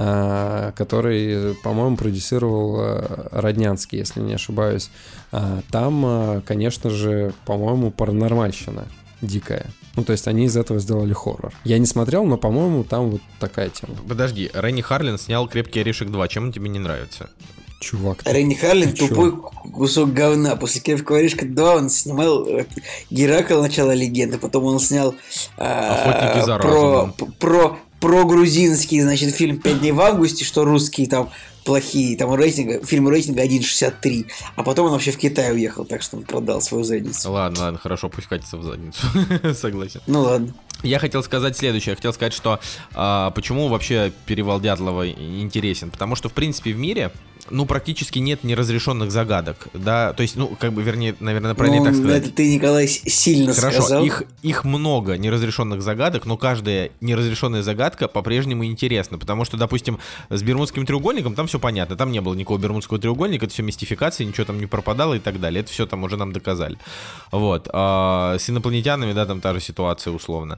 который, по-моему, продюсировал Роднянский, если не ошибаюсь. Там, конечно же, по-моему, паранормальщина дикая. Ну, то есть они из этого сделали хоррор. Я не смотрел, но, по-моему, там вот такая тема. Подожди, Ренни Харлин снял «Крепкий орешек 2». Чем он тебе не нравится? Чувак. Ренни Харлин ты тупой кусок говна. После «Крепкого орешка 2» он снимал «Геракл. Начало легенды». Потом он снял «Охотники за разумом». про грузинский, значит, фильм «5 дней в августе», что русские там плохие, там фильм рейтинга 1.63, а потом он вообще в Китай уехал, так что он продал свою задницу. Ладно, хорошо, пусть катится в задницу. Согласен. Ну ладно. Я хотел сказать следующее. Я хотел сказать, что почему вообще перевал Дятлова интересен. Потому что, в принципе, в мире, практически нет неразрешенных загадок. Да, то есть, вернее, наверное, правильнее так сказать. Это ты, Николай, сильно сказал. Хорошо, их много неразрешенных загадок, но каждая неразрешенная загадка по-прежнему интересна. Потому что, допустим, с Бермудским треугольником там все понятно. Там не было никакого Бермудского треугольника, это все мистификация, ничего там не пропадало и так далее. Это все там уже нам доказали. Вот. С инопланетянами, да, там та же ситуация условно.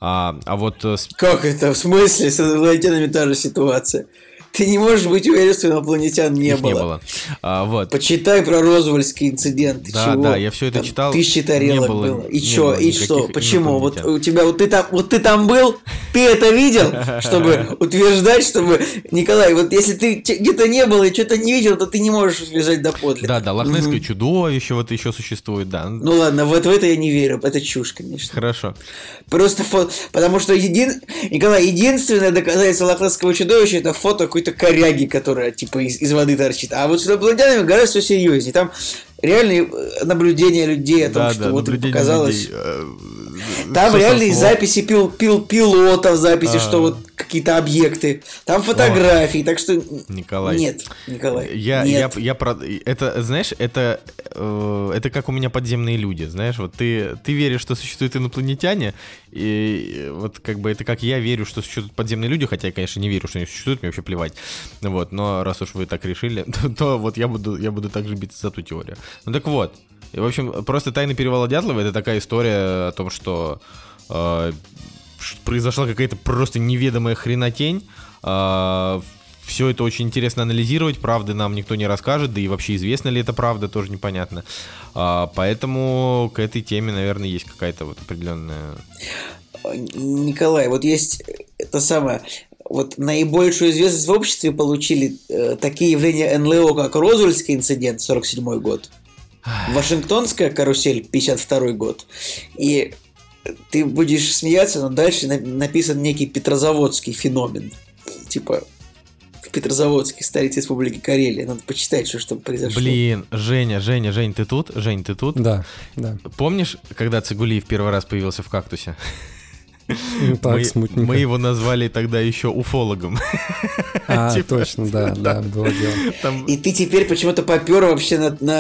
Как это? В смысле? С инопланетянами та же ситуация. Ты не можешь быть уверен, что инопланетян не было. Вот. Почитай про Розвельский инцидент. Да, я все это там читал. 1000 тарелок было. И что? И что? Почему? Вот у тебя ты там был? Ты это видел? Чтобы утверждать, чтобы... Николай, вот если ты где-то не был и что-то не видел, то ты не можешь утверждать доподлинно. Да, Лохнесское чудовище вот еще существует, да. Ну ладно, вот в это я не верю. Это чушь, конечно. Хорошо. Просто потому что Николай, единственное доказательство Лохнесского чудовища — это фото какой-то коряги, которая типа из воды торчит. А вот с инопланетянами гораздо все серьезнее. Там реальные наблюдения людей о том, что вот им показалось. Там реальные записи пилотов, записи, что вот какие-то объекты. Там фотографии, так что... Николай. Нет, Николай. Это, знаешь, это как у меня подземные люди, знаешь, вот ты веришь, что существуют инопланетяне, и вот как бы это как я верю, что существуют подземные люди, хотя я, конечно, не верю, что они существуют, мне вообще плевать. Вот, но раз уж вы так решили, то вот я буду также биться за ту теорию. Ну так вот, и, в общем, просто «Тайны перевала Дятлова» — это такая история о том, что произошла какая-то просто неведомая хренотень. Все это очень интересно анализировать, правды нам никто не расскажет, да и вообще известна ли это правда, тоже непонятно. Поэтому к этой теме, наверное, есть какая-то вот определенная... Николай, вот есть это самое... Вот наибольшую известность в обществе получили такие явления НЛО, как Розвельский инцидент, 47-й год, Вашингтонская карусель, 52-й год, и ты будешь смеяться, но дальше написан некий Петрозаводский феномен. Типа, в Петрозаводске, столице Республики Карелия. Надо почитать, что там произошло. Блин, Жень, ты тут? Жень, ты тут? Да. Помнишь, когда Цигулиев первый раз появился в «Кактусе»? Так, смутненько. Мы его назвали тогда еще уфологом. Точно, да, было дело. И ты теперь почему-то попер вообще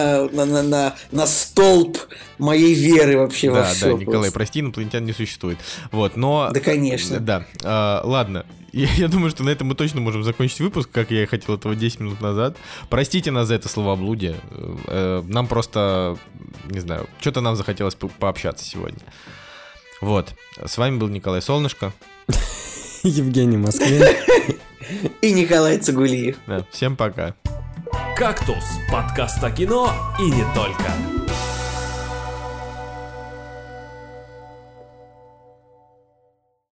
на столб моей веры вообще во все. Да, Николай, прости, инопланетян не существует. Вот, но... Да, конечно. Да, ладно. Я думаю, что на этом мы точно можем закончить выпуск, как я и хотел этого 10 минут назад. Простите нас за это словоблудие. Нам просто, не знаю, что-то нам захотелось пообщаться сегодня. Вот. С вами был Николай Солнышко. Евгений Москвин. И Николай Цигулиев. Да, всем пока. «Кактус» — подкаст о кино и не только.